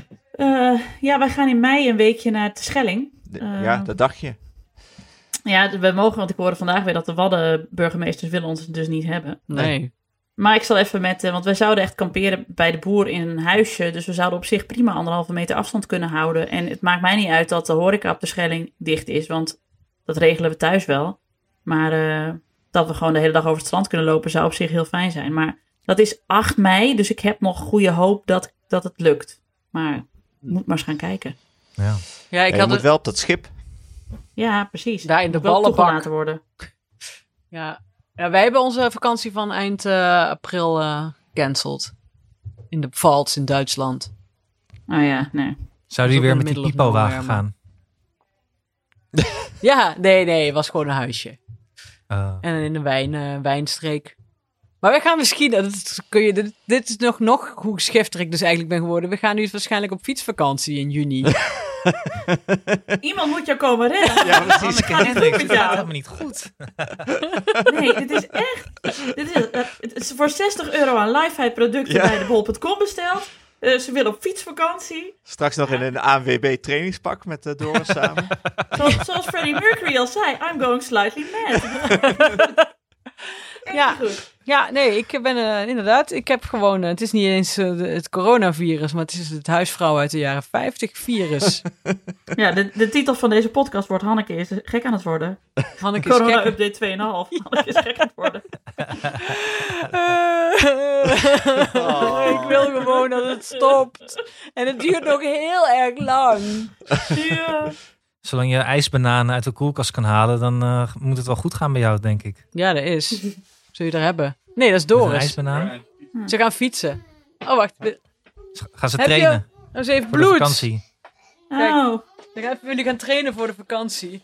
Ja, wij gaan in mei een weekje naar Terschelling. Ja, dat dacht je. Ja, we mogen, want ik hoorde vandaag weer dat de Waddenburgemeesters willen ons dus niet hebben. Nee. Maar ik zal even want wij zouden echt kamperen bij de boer in een huisje. Dus we zouden op zich prima 1,5 meter afstand kunnen houden. En het maakt mij niet uit dat de horeca op de Schelling dicht is. Want dat regelen we thuis wel. Maar dat we gewoon de hele dag over het strand kunnen lopen zou op zich heel fijn zijn. Maar dat is 8 mei, dus ik heb nog goede hoop dat het lukt. Maar moet maar eens gaan kijken. Ja. Ja, ik Je had moet het... wel op dat schip. Ja, precies. Daar in de Moet wel ballenbak. toegelaten worden. Ja. Ja, wij hebben onze vakantie van eind april cancelled. In de Pfalz in Duitsland. Oh ja, nee. Zouden jullie ook weer in met the die middle of pipowagen nowhere, gaan? Ja, nee, het was gewoon een huisje. En in een wijnstreek. Maar we gaan misschien, dit is nog hoe schifter ik dus eigenlijk ben geworden. We gaan nu waarschijnlijk op fietsvakantie in juni. Iemand moet jou komen redden. Ja, precies. Het gaat niet goed met Het gaat jou. helemaal niet goed. Nee, dit is echt... Het is voor €60 aan Lifehack producten Ja. bij de bol.com besteld. Ze willen op fietsvakantie. Straks nog in een ANWB trainingspak met Doris samen. Zoals Freddie Mercury al zei, I'm going slightly mad. Ja. Goed. Ja, nee, ik ben inderdaad, ik heb gewoon, het is niet eens het coronavirus, maar het is het huisvrouw uit de jaren 50 virus. Ja, de titel van deze podcast wordt Hanneke is gek aan het worden. Hanneke is Corona gek. update 2,5. Hanneke is gek aan het worden. Ik wil gewoon dat het stopt. En het duurt nog heel erg lang. Ja. Zolang je ijsbananen uit de koelkast kan halen, dan moet het wel goed gaan bij jou, denk ik. Ja, dat is. Zul je er hebben? Nee, dat is Met een Doris. ijsbanaan. Ze gaan fietsen. Oh, wacht. Gaan ze Heb je- trainen Oh, ze heeft voor de bloed. vakantie. Kijk. Oh. Dan gaan jullie gaan trainen voor de vakantie.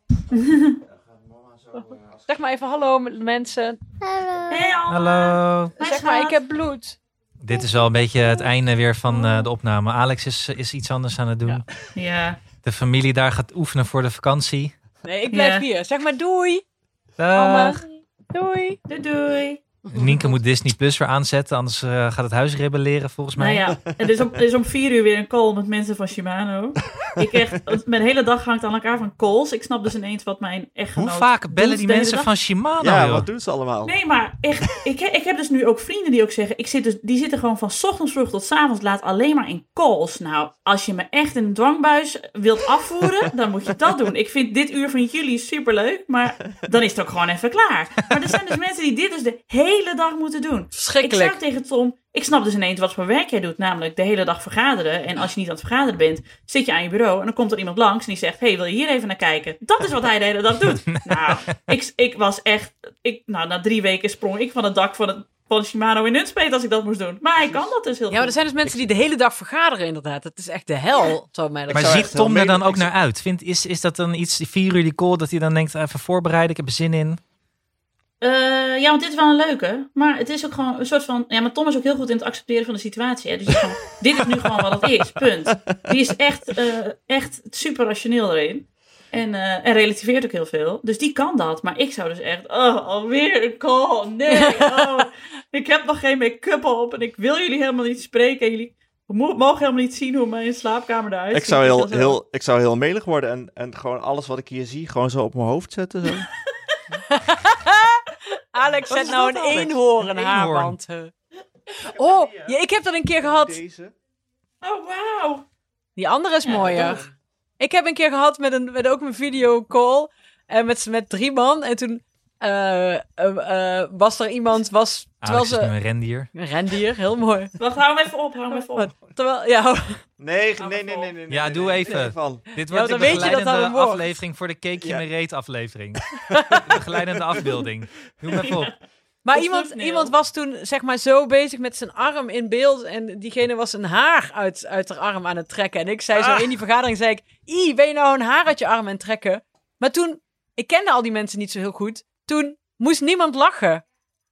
Zeg maar even hallo mensen. Hey, Alma. Hallo. Zeg maar, ik heb bloed. Dit is wel een beetje het einde weer van de opname. Alex is iets anders aan het doen. Ja. De familie daar gaat oefenen voor de vakantie. Nee, ik blijf Ja. hier. Zeg maar doei. Dag. Doei. Doei doei. Nienke moet Disney Plus weer aanzetten, anders gaat het huis rebelleren volgens mij. Nou ja, er is om 4 uur weer een call met mensen van Shimano. Mijn hele dag hangt aan elkaar van calls. Ik snap dus ineens wat mijn echtgenoot Hoe vaak bellen doet die de hele mensen dag. van Shimano, Ja, joh? wat doen ze allemaal? Nee, maar echt, ik heb dus nu ook vrienden die ook zeggen, die zitten gewoon van 's ochtends vroeg tot 's avonds laat alleen maar in calls. Nou, als je me echt in een dwangbuis wilt afvoeren, dan moet je dat doen. Ik vind dit uur van jullie superleuk, maar dan is het ook gewoon even klaar. Maar er zijn dus mensen die dit dus de hele dag moeten doen. Ik Verschrikkelijk. zei tegen Tom, ik snap dus ineens wat voor werk jij doet, namelijk de hele dag vergaderen. En als je niet aan het vergaderen bent, zit je aan je bureau en dan komt er iemand langs en die zegt, hey, wil je hier even naar kijken? Dat is wat hij de hele dag doet. Nou, ik was echt, na 3 weken sprong ik van het dak van Shimano in Nunspeet als ik dat moest doen. Maar hij kan dat dus heel Ja, maar er goed. zijn dus mensen die de hele dag vergaderen inderdaad. Dat is echt de hel, zou mij dat Maar zou ziet echt heel Tom er dan melig- ook naar uit? Is dat dan iets, die 4 uur die call, dat hij dan denkt, even voorbereiden, ik heb er zin in? Ja, want dit is wel een leuke. Maar het is ook gewoon een soort van... Ja, maar Tom is ook heel goed in het accepteren van de situatie. Hè? Dus die is gewoon, dit is nu gewoon wat het is. Punt. Die is echt super rationeel erin. En relativeert ook heel veel. Dus die kan dat. Maar ik zou dus echt... Oh, alweer een call. Nee. Oh, ik heb nog geen make-up op. En ik wil jullie helemaal niet spreken. Jullie mogen helemaal niet zien hoe mijn slaapkamer eruit ziet. Ik zou heel melig worden en gewoon alles wat ik hier zie, gewoon zo op mijn hoofd zetten. Zo. Alex Wat zet is nou dat, een Alex? eenhoorn Een haarband. Oh, ja, ik heb dat een keer gehad. Deze. Oh, wauw. Die andere is Ja, mooier. dat- Ik heb een keer gehad met ook een videocall. Met 3 man. En toen was er iemand... terwijl Alex is nu ze... een rendier. Een rendier, heel mooi. Wacht, hou hem even op. Hou hem even op. Terwijl, ja, Nee. Ja, doe even. Van. Dit Ja, wordt dan de weet je dat dat begeleidende een woord. aflevering voor de Cakeje Ja. me reet aflevering. De begeleidende afbeelding. Doe hem even op. maar Of iemand thumbnail. was toen zeg maar zo bezig met zijn arm in beeld. En diegene was een haar uit haar arm aan het trekken. En ik zei zo in die vergadering, zei ik... ben je nou een haar uit je arm aan het trekken? Maar toen... Ik kende al die mensen niet zo heel goed. Toen moest niemand lachen.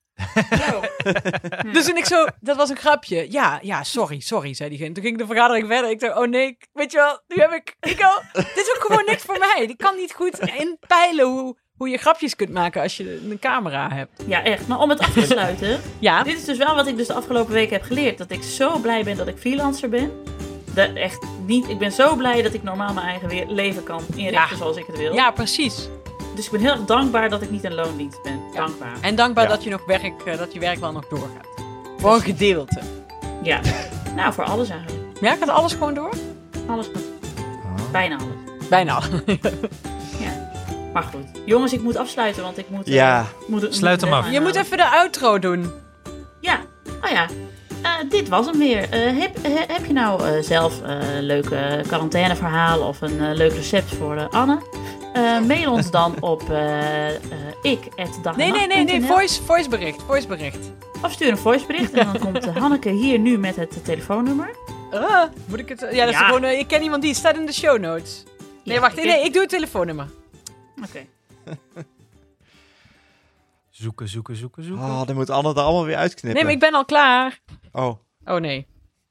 Dus toen ik zo... Dat was een grapje. Ja, sorry, zei diegene. Toen ging de vergadering verder. Ik dacht, oh nee, weet je wel... Nu heb ik... dit is ook gewoon niks voor mij. Ik kan niet goed inpeilen hoe je grapjes kunt maken als je een camera hebt. Ja, echt. Maar om het af te sluiten... Ja, Dit is dus wel wat ik dus de afgelopen weken heb geleerd. Dat ik zo blij ben dat ik freelancer ben. Echt niet. Ik ben zo blij dat ik normaal mijn eigen leven kan inrichten Ja. zoals ik het wil. ja, precies. Dus ik ben heel erg dankbaar dat ik niet in loondienst ben. Dankbaar. En dankbaar Ja. dat je nog dat je werk wel nog doorgaat. Voor een gedeelte. Ja. Nou, voor alles eigenlijk. Ja, gaat alles gewoon door? Alles goed. Bijna alles. Bijna. Ja. Maar goed. Jongens, ik moet afsluiten, want ik moet... Ja. Sluit hem af. Je moet even de outro doen. Ja. Oh ja. Dit was hem weer. Heb je nou zelf een leuke quarantaineverhaal of een leuk recept voor Anne? Mail ons dan op Nee. Voicebericht. Of stuur een voicebericht en dan komt Hanneke hier nu met het telefoonnummer. Moet ik het... Ja, dat is Ja. gewoon... ik ken iemand die staat in de show notes. Nee, Ja, wacht. ik- Nee, ik doe het telefoonnummer. Oké. Zoeken. Oh, dan moet Anne er allemaal weer uitknippen. Nee, maar ik ben al klaar. Oh. Oh nee.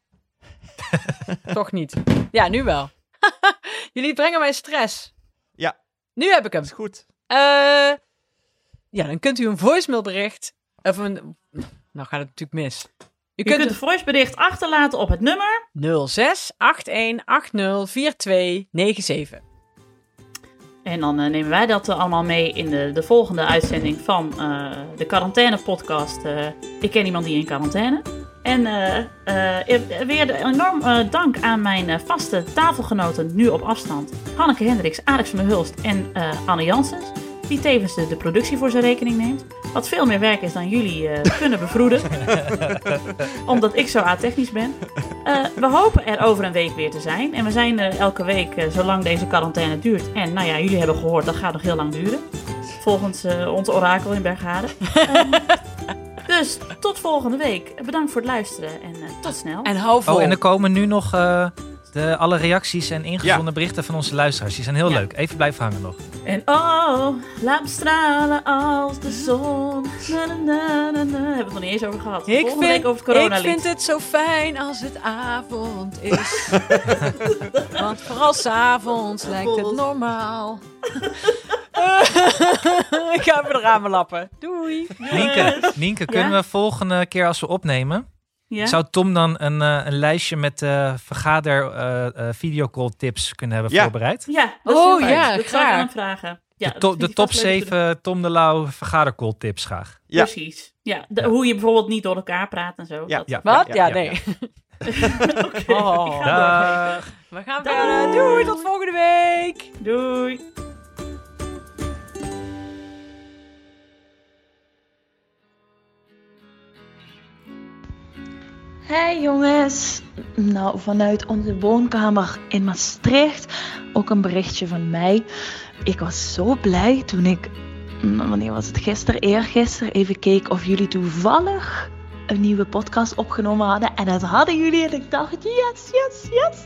Toch niet. Ja, nu wel. Jullie brengen mij stress. Ja. Nu heb ik hem. Is goed. Ja, dan kunt u een voicemailbericht... Of een... Nou gaat het natuurlijk mis. Je kunt een voicebericht achterlaten op het nummer. 06 81 80 4297. En dan nemen wij dat allemaal mee in de volgende uitzending van de quarantaine podcast. Ik ken iemand die in quarantaine. En weer enorm dank aan mijn vaste tafelgenoten nu op afstand. Hanneke Hendricks, Alex van der Hulst en Anne Janssens. Die tevens de productie voor zijn rekening neemt. Wat veel meer werk is dan jullie kunnen bevroeden. Omdat ik zo atechnisch ben. We hopen er over een week weer te zijn. En we zijn er elke week zolang deze quarantaine duurt. En nou ja, jullie hebben gehoord, dat gaat nog heel lang duren. Volgens ons orakel in Bergharen. Dus tot volgende week. Bedankt voor het luisteren en tot snel. En hou vol. Oh, en er komen nu nog alle reacties en ingezonden berichten van onze luisteraars. Die zijn heel leuk. Even blijven hangen nog. En oh, laat me stralen als de zon. Na, na, na, na, na. Hebben we het nog niet eens over gehad. Volgende week over het coronalied. Ik vind het zo fijn als het avond is. Want vooral 's avonds lijkt het normaal. Ik ga even de ramen lappen. Doei. Nienke, kunnen we volgende keer als we opnemen... Ja? Zou Tom dan een lijstje met videocall tips kunnen hebben voorbereid? Ja, dat is heel fijn. Dat zou ik graag. aan hem vragen. Ja, De top 7 Tom de Lauw vergadercall tips graag. Ja. Precies. Ja, hoe je bijvoorbeeld niet door elkaar praat en zo. Ja. Wat? Ja, ja, nee. Oké, Oh. ik ga doorgeven. We gaan verder. Doei, tot volgende week. Doei. Hey jongens, nou vanuit onze woonkamer in Maastricht ook een berichtje van mij. Ik was zo blij toen ik, wanneer was het, eergisteren even keek of jullie toevallig een nieuwe podcast opgenomen hadden. En dat hadden jullie en ik dacht yes.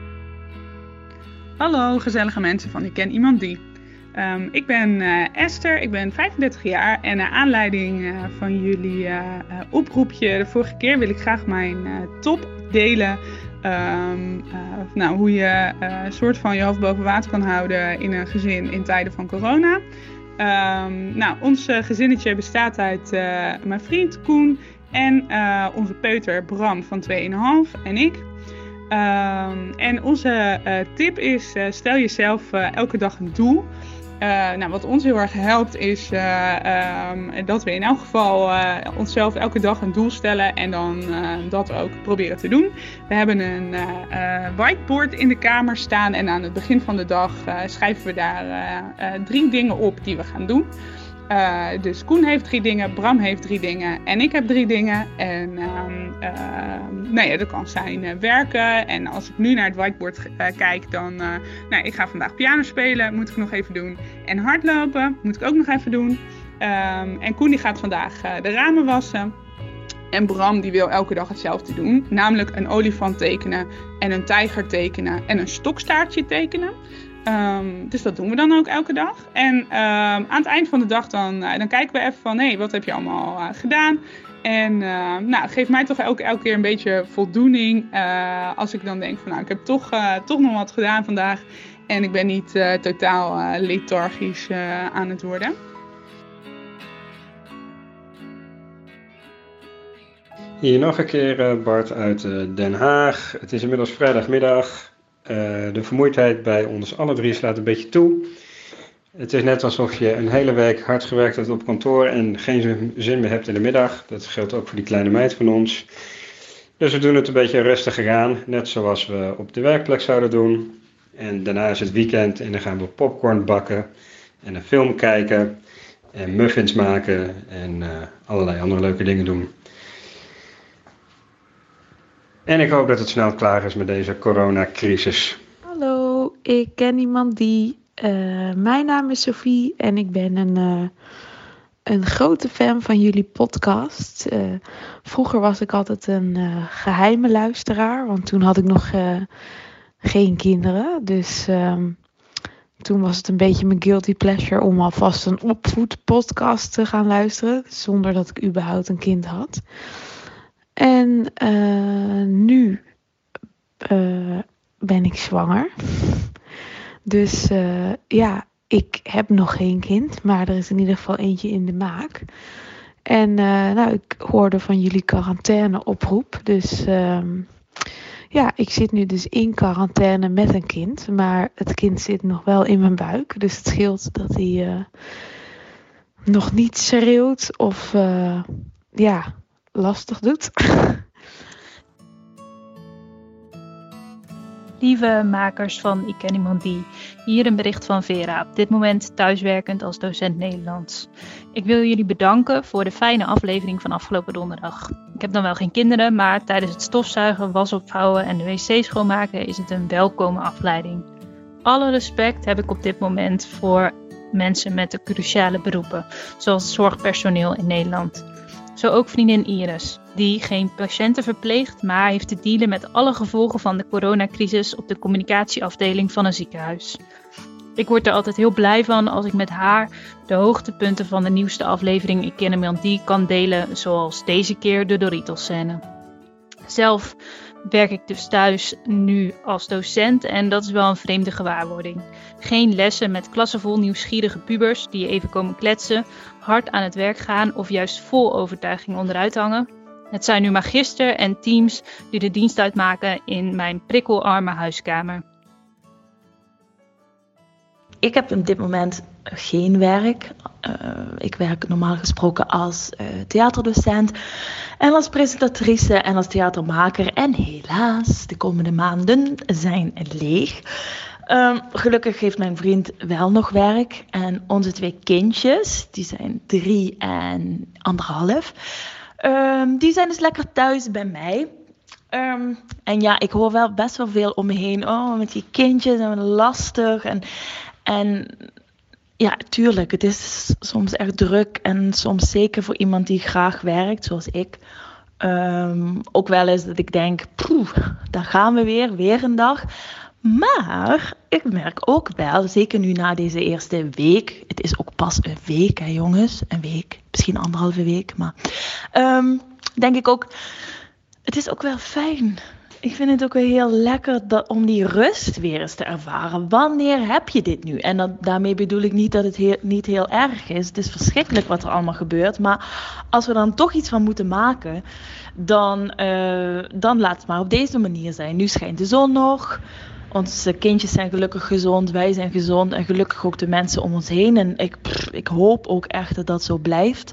Hallo gezellige mensen van Ik Ken Iemand Die. Ik ben Esther, ik ben 35 jaar en naar aanleiding van jullie oproepje de vorige keer wil ik graag mijn top delen. Hoe je een soort van je hoofd boven water kan houden in een gezin in tijden van corona. Ons gezinnetje bestaat uit mijn vriend Koen en onze peuter Bram van 2,5 en ik. En onze tip is, stel jezelf elke dag een doel. Wat ons heel erg helpt is dat we in elk geval onszelf elke dag een doel stellen en dan dat ook proberen te doen. We hebben een whiteboard in de kamer staan en aan het begin van de dag schrijven we daar 3 dingen op die we gaan doen. Dus Koen heeft 3 dingen, Bram heeft 3 dingen en ik heb 3 dingen. En dat kan zijn werken. En als ik nu naar het whiteboard kijk, dan... ik ga vandaag piano spelen, moet ik nog even doen. En hardlopen, moet ik ook nog even doen. En Koen die gaat vandaag de ramen wassen. En Bram die wil elke dag hetzelfde doen. Namelijk een olifant tekenen en een tijger tekenen en een stokstaartje tekenen. Dus dat doen we dan ook elke dag. En aan het eind van de dag dan kijken we even van... wat heb je allemaal gedaan? En geeft mij toch elke keer een beetje voldoening. Als ik dan denk van ik heb toch nog wat gedaan vandaag. En ik ben niet totaal lethargisch aan het worden. Hier nog een keer Bart uit Den Haag. Het is inmiddels vrijdagmiddag. De vermoeidheid bij ons alle 3 slaat een beetje toe. Het is net alsof je een hele week hard gewerkt hebt op kantoor en geen zin meer hebt in de middag. Dat geldt ook voor die kleine meid van ons. Dus we doen het een beetje rustiger aan, net zoals we op de werkplek zouden doen. En daarna is het weekend en dan gaan we popcorn bakken en een film kijken en muffins maken en allerlei andere leuke dingen doen. En ik hoop dat het snel klaar is met deze coronacrisis. Hallo, ik ken iemand die... mijn naam is Sophie en ik ben een grote fan van jullie podcast. Vroeger was ik altijd een geheime luisteraar, want toen had ik nog geen kinderen. Dus toen was het een beetje mijn guilty pleasure om alvast een opvoedpodcast te gaan luisteren, zonder dat ik überhaupt een kind had. En nu ben ik zwanger. Dus ik heb nog geen kind, maar er is in ieder geval eentje in de maak. En ik hoorde van jullie quarantaine-oproep. Dus ik zit nu dus in quarantaine met een kind. Maar het kind zit nog wel in mijn buik. Dus het scheelt dat hij nog niet schreeuwt of lastig doet. Lieve makers van Ik Ken Iemand Die, hier een bericht van Vera, op dit moment thuiswerkend als docent Nederlands. Ik wil jullie bedanken voor de fijne aflevering van afgelopen donderdag. Ik heb dan wel geen kinderen, maar tijdens het stofzuigen, was opvouwen en de wc schoonmaken is het een welkome afleiding. Alle respect heb ik op dit moment voor mensen met de cruciale beroepen, zoals zorgpersoneel in Nederland. Zo ook vriendin Iris, die geen patiënten verpleegt, maar heeft te dealen met alle gevolgen van de coronacrisis op de communicatieafdeling van een ziekenhuis. Ik word er altijd heel blij van als ik met haar de hoogtepunten van de nieuwste aflevering Ik Ken Iemand Die kan delen, zoals deze keer de Doritos-scène. Zelf werk ik dus thuis nu als docent en dat is wel een vreemde gewaarwording. Geen lessen met klassen vol nieuwsgierige pubers die even komen kletsen, hard aan het werk gaan of juist vol overtuiging onderuit hangen. Het zijn nu magister en teams die de dienst uitmaken in mijn prikkelarme huiskamer. Ik heb op dit moment geen werk. Ik werk normaal gesproken als theaterdocent en als presentatrice en als theatermaker. En helaas, de komende maanden zijn leeg. Gelukkig heeft mijn vriend wel nog werk. En onze 2 kindjes, die zijn 3 en 1,5. Die zijn dus lekker thuis bij mij. En ja, ik hoor wel best wel veel om me heen. Oh, met die kindjes en lastig. En ja, tuurlijk, het is soms echt druk. En soms zeker voor iemand die graag werkt, zoals ik. Ook wel eens dat ik denk, daar gaan we weer een dag. Maar ik merk ook wel, zeker nu na deze eerste week. Het is ook pas een week, hè jongens. Een week, misschien 1,5 week. Maar denk ik ook, het is ook wel fijn. Ik vind het ook wel heel lekker om die rust weer eens te ervaren. Wanneer heb je dit nu? En daarmee bedoel ik niet dat het niet heel erg is. Het is verschrikkelijk wat er allemaal gebeurt. Maar als we dan toch iets van moeten maken, dan laat het maar op deze manier zijn. Nu schijnt de zon nog. Onze kindjes zijn gelukkig gezond. Wij zijn gezond. En gelukkig ook de mensen om ons heen. En ik hoop ook echt dat dat zo blijft.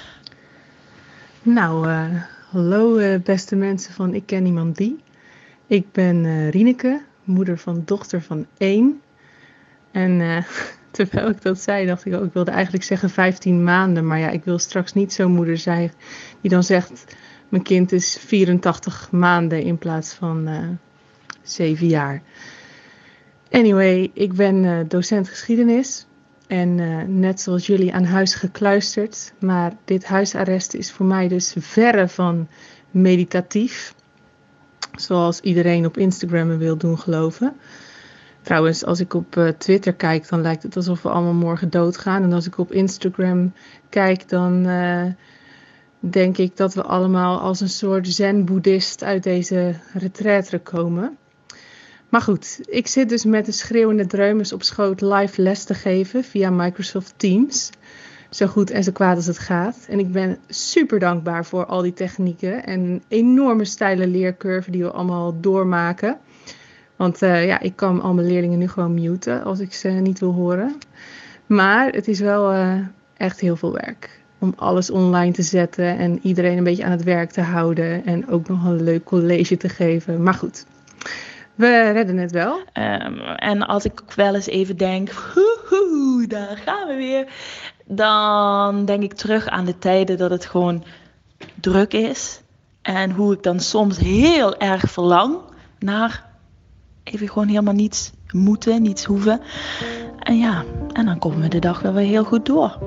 Nou, hallo beste mensen van Ik Ken Iemand Die. Ik ben Rieneke, moeder van dochter van 1. En terwijl ik dat zei, dacht ik ook, ik wilde eigenlijk zeggen 15 maanden. Maar ja, ik wil straks niet zo'n moeder zijn die dan zegt, mijn kind is 84 maanden in plaats van 7 jaar. Anyway, ik ben docent geschiedenis. En net zoals jullie aan huis gekluisterd. Maar dit huisarrest is voor mij dus verre van meditatief. Zoals iedereen op Instagram me wil doen geloven. Trouwens, als ik op Twitter kijk, dan lijkt het alsof we allemaal morgen doodgaan. En als ik op Instagram kijk, dan denk ik dat we allemaal als een soort zen-boeddhist uit deze retraite komen. Maar goed, ik zit dus met de schreeuwende dreumes op schoot live les te geven via Microsoft Teams. Zo goed en zo kwaad als het gaat. En ik ben super dankbaar voor al die technieken en een enorme steile leercurve die we allemaal doormaken. Want ik kan al mijn leerlingen nu gewoon muten als ik ze niet wil horen. Maar het is wel echt heel veel werk om alles online te zetten en iedereen een beetje aan het werk te houden. En ook nog een leuk college te geven. Maar goed, we redden het wel. En als ik ook wel eens even denk, daar gaan we weer. Dan denk ik terug aan de tijden dat het gewoon druk is. En hoe ik dan soms heel erg verlang naar even gewoon helemaal niets moeten, niets hoeven. En ja, en dan komen we de dag wel weer heel goed door.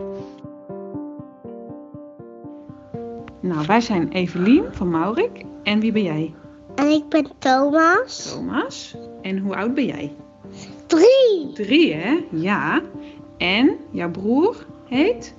Nou, wij zijn Evelien van Maurik. En wie ben jij? En ik ben Thomas. Thomas. En hoe oud ben jij? 3. 3, hè? Ja. En jouw broer heet?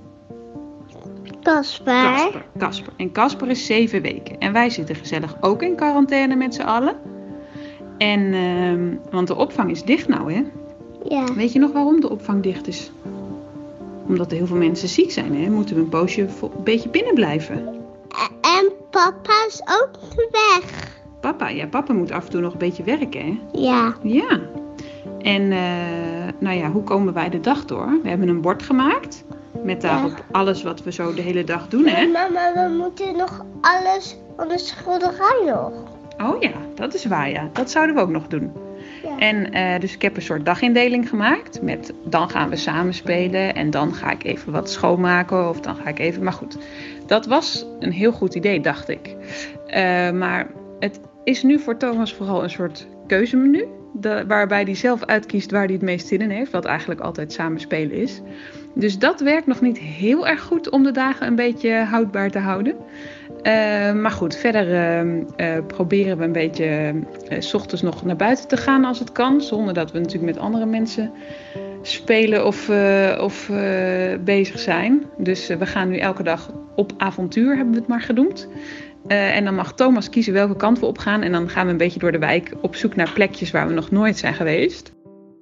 Casper. Casper. En Casper is 7 weken. En wij zitten gezellig ook in quarantaine met z'n allen. En, want de opvang is dicht nou, hè? Ja. Weet je nog waarom de opvang dicht is? Omdat er heel veel mensen ziek zijn, hè? Moeten we een poosje een beetje binnen blijven. En papa is ook weg. Papa moet af en toe nog een beetje werken, hè? Ja. Ja. En, hoe komen wij de dag door? We hebben een bord gemaakt. Met daarop alles wat we zo de hele dag doen, hè? Mama, we moeten nog alles van de schilderij nog. Oh ja, dat is waar, ja. Dat zouden we ook nog doen. Ja. En dus ik heb een soort dagindeling gemaakt. Met dan gaan we samen spelen. En dan ga ik even wat schoonmaken. Of dan ga ik even... Maar goed, dat was een heel goed idee, dacht ik. Maar het is nu voor Thomas vooral een soort keuzemenu. Waarbij hij zelf uitkiest waar hij het meest zin in heeft. Wat eigenlijk altijd samen spelen is. Dus dat werkt nog niet heel erg goed om de dagen een beetje houdbaar te houden. Maar goed, verder proberen we een beetje 's ochtends nog naar buiten te gaan als het kan. Zonder dat we natuurlijk met andere mensen spelen of bezig zijn. Dus we gaan nu elke dag op avontuur, hebben we het maar genoemd. En dan mag Thomas kiezen welke kant we op gaan. En dan gaan we een beetje door de wijk op zoek naar plekjes waar we nog nooit zijn geweest.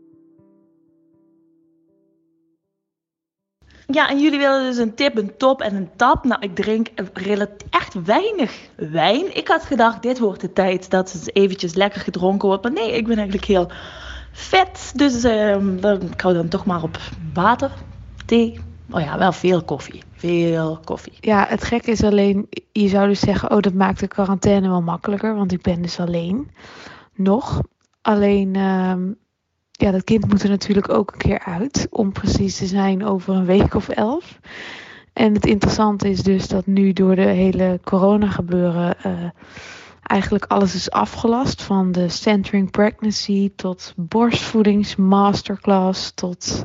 Ja, en jullie willen dus een tip, een top en een tap. Nou, ik drink echt weinig wijn. Ik had gedacht, dit wordt de tijd dat het eventjes lekker gedronken wordt. Maar nee, ik ben eigenlijk heel vet. Dus ik hou dan toch maar op water, thee. Oh ja, wel veel koffie. Veel koffie. Ja, het gekke is alleen, je zou dus zeggen, oh, dat maakt de quarantaine wel makkelijker. Want ik ben dus alleen. Nog. Alleen, ja, dat kind moet er natuurlijk ook een keer uit. Om precies te zijn over een week of 11. En het interessante is dus dat nu door de hele corona gebeuren eigenlijk alles is afgelast. Van de Centering Pregnancy tot borstvoedingsmasterclass tot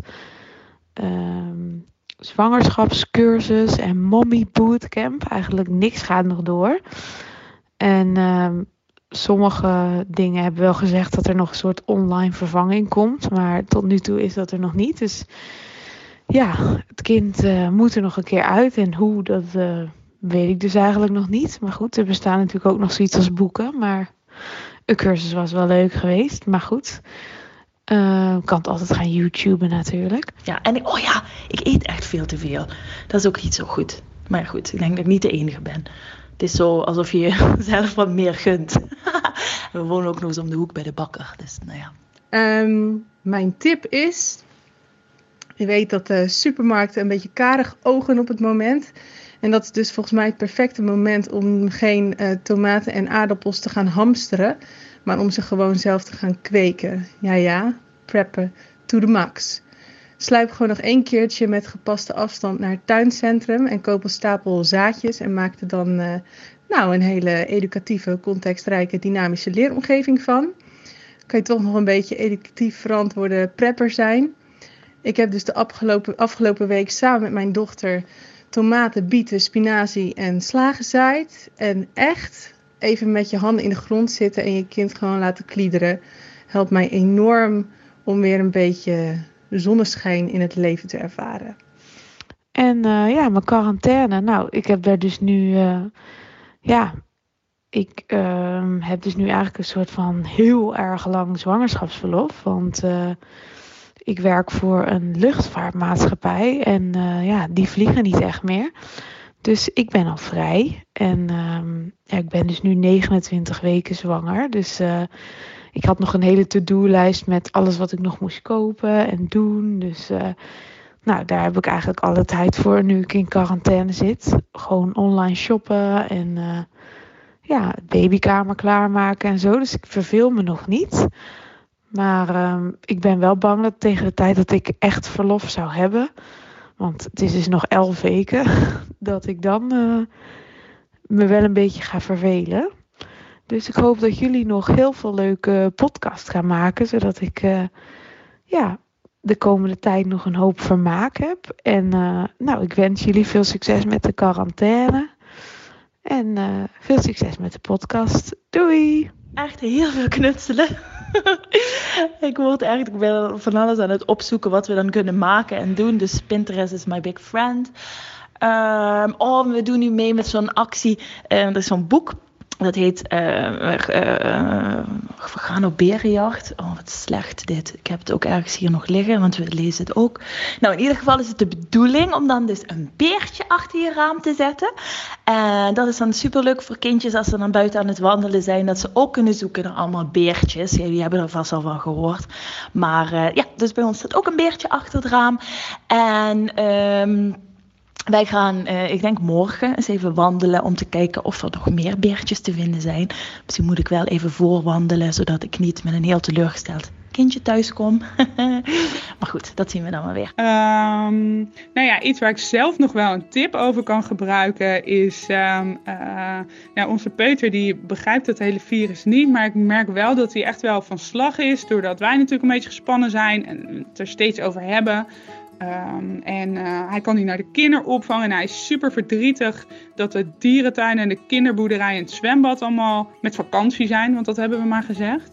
zwangerschapscursus en mommy bootcamp. Eigenlijk niks gaat nog door. En sommige dingen hebben wel gezegd dat er nog een soort online vervanging komt. Maar tot nu toe is dat er nog niet. Dus ja, het kind moet er nog een keer uit. En hoe, dat weet ik dus eigenlijk nog niet. Maar goed, er bestaan natuurlijk ook nog zoiets als boeken. Maar een cursus was wel leuk geweest. Maar goed, kan het altijd gaan YouTuben natuurlijk. Ja, en ik eet echt veel te veel. Dat is ook niet zo goed. Maar goed, ik denk dat ik niet de enige ben. Het is zo alsof je jezelf wat meer gunt. We wonen ook nog eens om de hoek bij de bakker. Dus nou ja. Mijn tip is, je weet dat de supermarkten een beetje karig ogen op het moment. En dat is dus volgens mij het perfecte moment om geen tomaten en aardappels te gaan hamsteren. Maar om ze gewoon zelf te gaan kweken. Ja, preppen to the max. Sluip gewoon nog 1 keertje met gepaste afstand naar het tuincentrum. En koop een stapel zaadjes. En maak er dan een hele educatieve, contextrijke, dynamische leeromgeving van. Kan je toch nog een beetje educatief verantwoorde prepper zijn. Ik heb dus de afgelopen week samen met mijn dochter tomaten, bieten, spinazie en sla gezaaid. En echt even met je handen in de grond zitten en je kind gewoon laten kliederen. Helpt mij enorm om weer een beetje zonneschijn in het leven te ervaren. En mijn quarantaine. Nou, ik heb daar dus nu... Ik heb dus nu eigenlijk een soort van heel erg lang zwangerschapsverlof. Want ik werk voor een luchtvaartmaatschappij. En die vliegen niet echt meer. Dus ik ben al vrij. En ik ben dus nu 29 weken zwanger. Dus ik had nog een hele to-do-lijst met alles wat ik nog moest kopen en doen. Dus daar heb ik eigenlijk alle tijd voor nu ik in quarantaine zit. Gewoon online shoppen en het babykamer klaarmaken en zo. Dus ik verveel me nog niet. Maar ik ben wel bang dat tegen de tijd dat ik echt verlof zou hebben, want het is dus nog 11 weken, dat ik dan me wel een beetje ga vervelen. Dus ik hoop dat jullie nog heel veel leuke podcasts gaan maken, zodat ik de komende tijd nog een hoop vermaak heb. En ik wens jullie veel succes met de quarantaine. En veel succes met de podcast. Doei! Echt heel veel knutselen. Ik ben van alles aan het opzoeken wat we dan kunnen maken en doen. Dus Pinterest is my big friend. We doen nu mee met zo'n actie. Er is zo'n boek. Dat heet We gaan op berenjacht. Oh, wat slecht dit. Ik heb het ook ergens hier nog liggen, want we lezen het ook. Nou, in ieder geval is het de bedoeling om dan dus een beertje achter je raam te zetten. En dat is dan superleuk voor kindjes als ze dan buiten aan het wandelen zijn. Dat ze ook kunnen zoeken naar allemaal beertjes. Jullie hebben er vast al van gehoord. Maar dus bij ons staat ook een beertje achter het raam. En Wij gaan, ik denk morgen, eens even wandelen om te kijken of er nog meer beertjes te vinden zijn. Misschien moet ik wel even voorwandelen, zodat ik niet met een heel teleurgesteld kindje thuis kom. Maar goed, dat zien we dan maar weer. Nou ja, iets waar ik zelf nog wel een tip over kan gebruiken is... onze peuter die begrijpt het hele virus niet, maar ik merk wel dat hij echt wel van slag is, doordat wij natuurlijk een beetje gespannen zijn en het er steeds over hebben. Hij kan niet naar de kinderopvang en hij is super verdrietig dat de dierentuin en de kinderboerderij en het zwembad allemaal met vakantie zijn, want dat hebben we maar gezegd.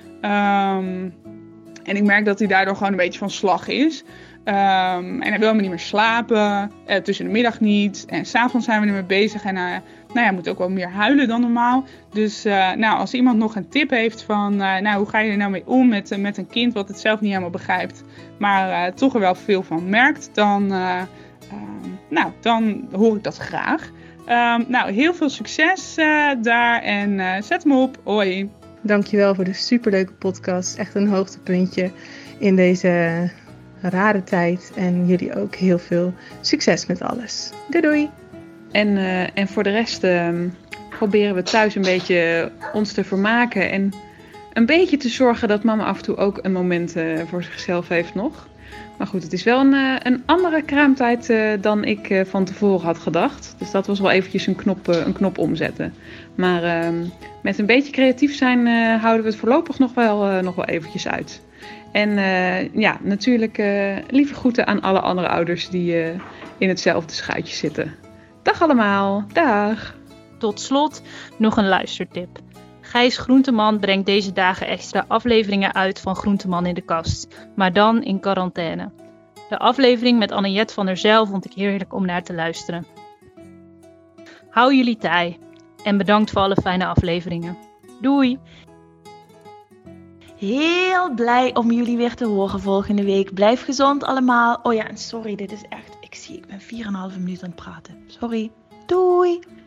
En ik merk dat hij daardoor gewoon een beetje van slag is. En hij wil helemaal niet meer slapen, tussen de middag niet. En 's avonds zijn we ermee bezig en hij moet ook wel meer huilen dan normaal. Dus als iemand nog een tip heeft van hoe ga je er nou mee om met een kind wat het zelf niet helemaal begrijpt, maar toch er wel veel van merkt, dan hoor ik dat graag. Heel veel succes daar en zet hem op. Hoi! Dankjewel voor de superleuke podcast. Echt een hoogtepuntje in deze rare tijd. En jullie ook heel veel succes met alles. Doei doei! En voor de rest proberen we thuis een beetje ons te vermaken. En een beetje te zorgen dat mama af en toe ook een moment voor zichzelf heeft nog. Maar goed, het is wel een andere kraamtijd dan ik van tevoren had gedacht. Dus dat was wel eventjes een knop omzetten. Maar met een beetje creatief zijn houden we het voorlopig nog wel eventjes uit. En natuurlijk lieve groeten aan alle andere ouders die in hetzelfde schuitje zitten. Dag allemaal, dag! Tot slot nog een luistertip. Gijs Groenteman brengt deze dagen extra afleveringen uit van Groenteman in de kast, maar dan in quarantaine. De aflevering met Anniette van der Zijl vond ik heerlijk om naar te luisteren. Hou jullie taai en bedankt voor alle fijne afleveringen. Doei! Heel blij om jullie weer te horen volgende week. Blijf gezond allemaal. Oh ja, en sorry, dit is echt... Ik ben 4,5 minuten aan het praten. Sorry. Doei!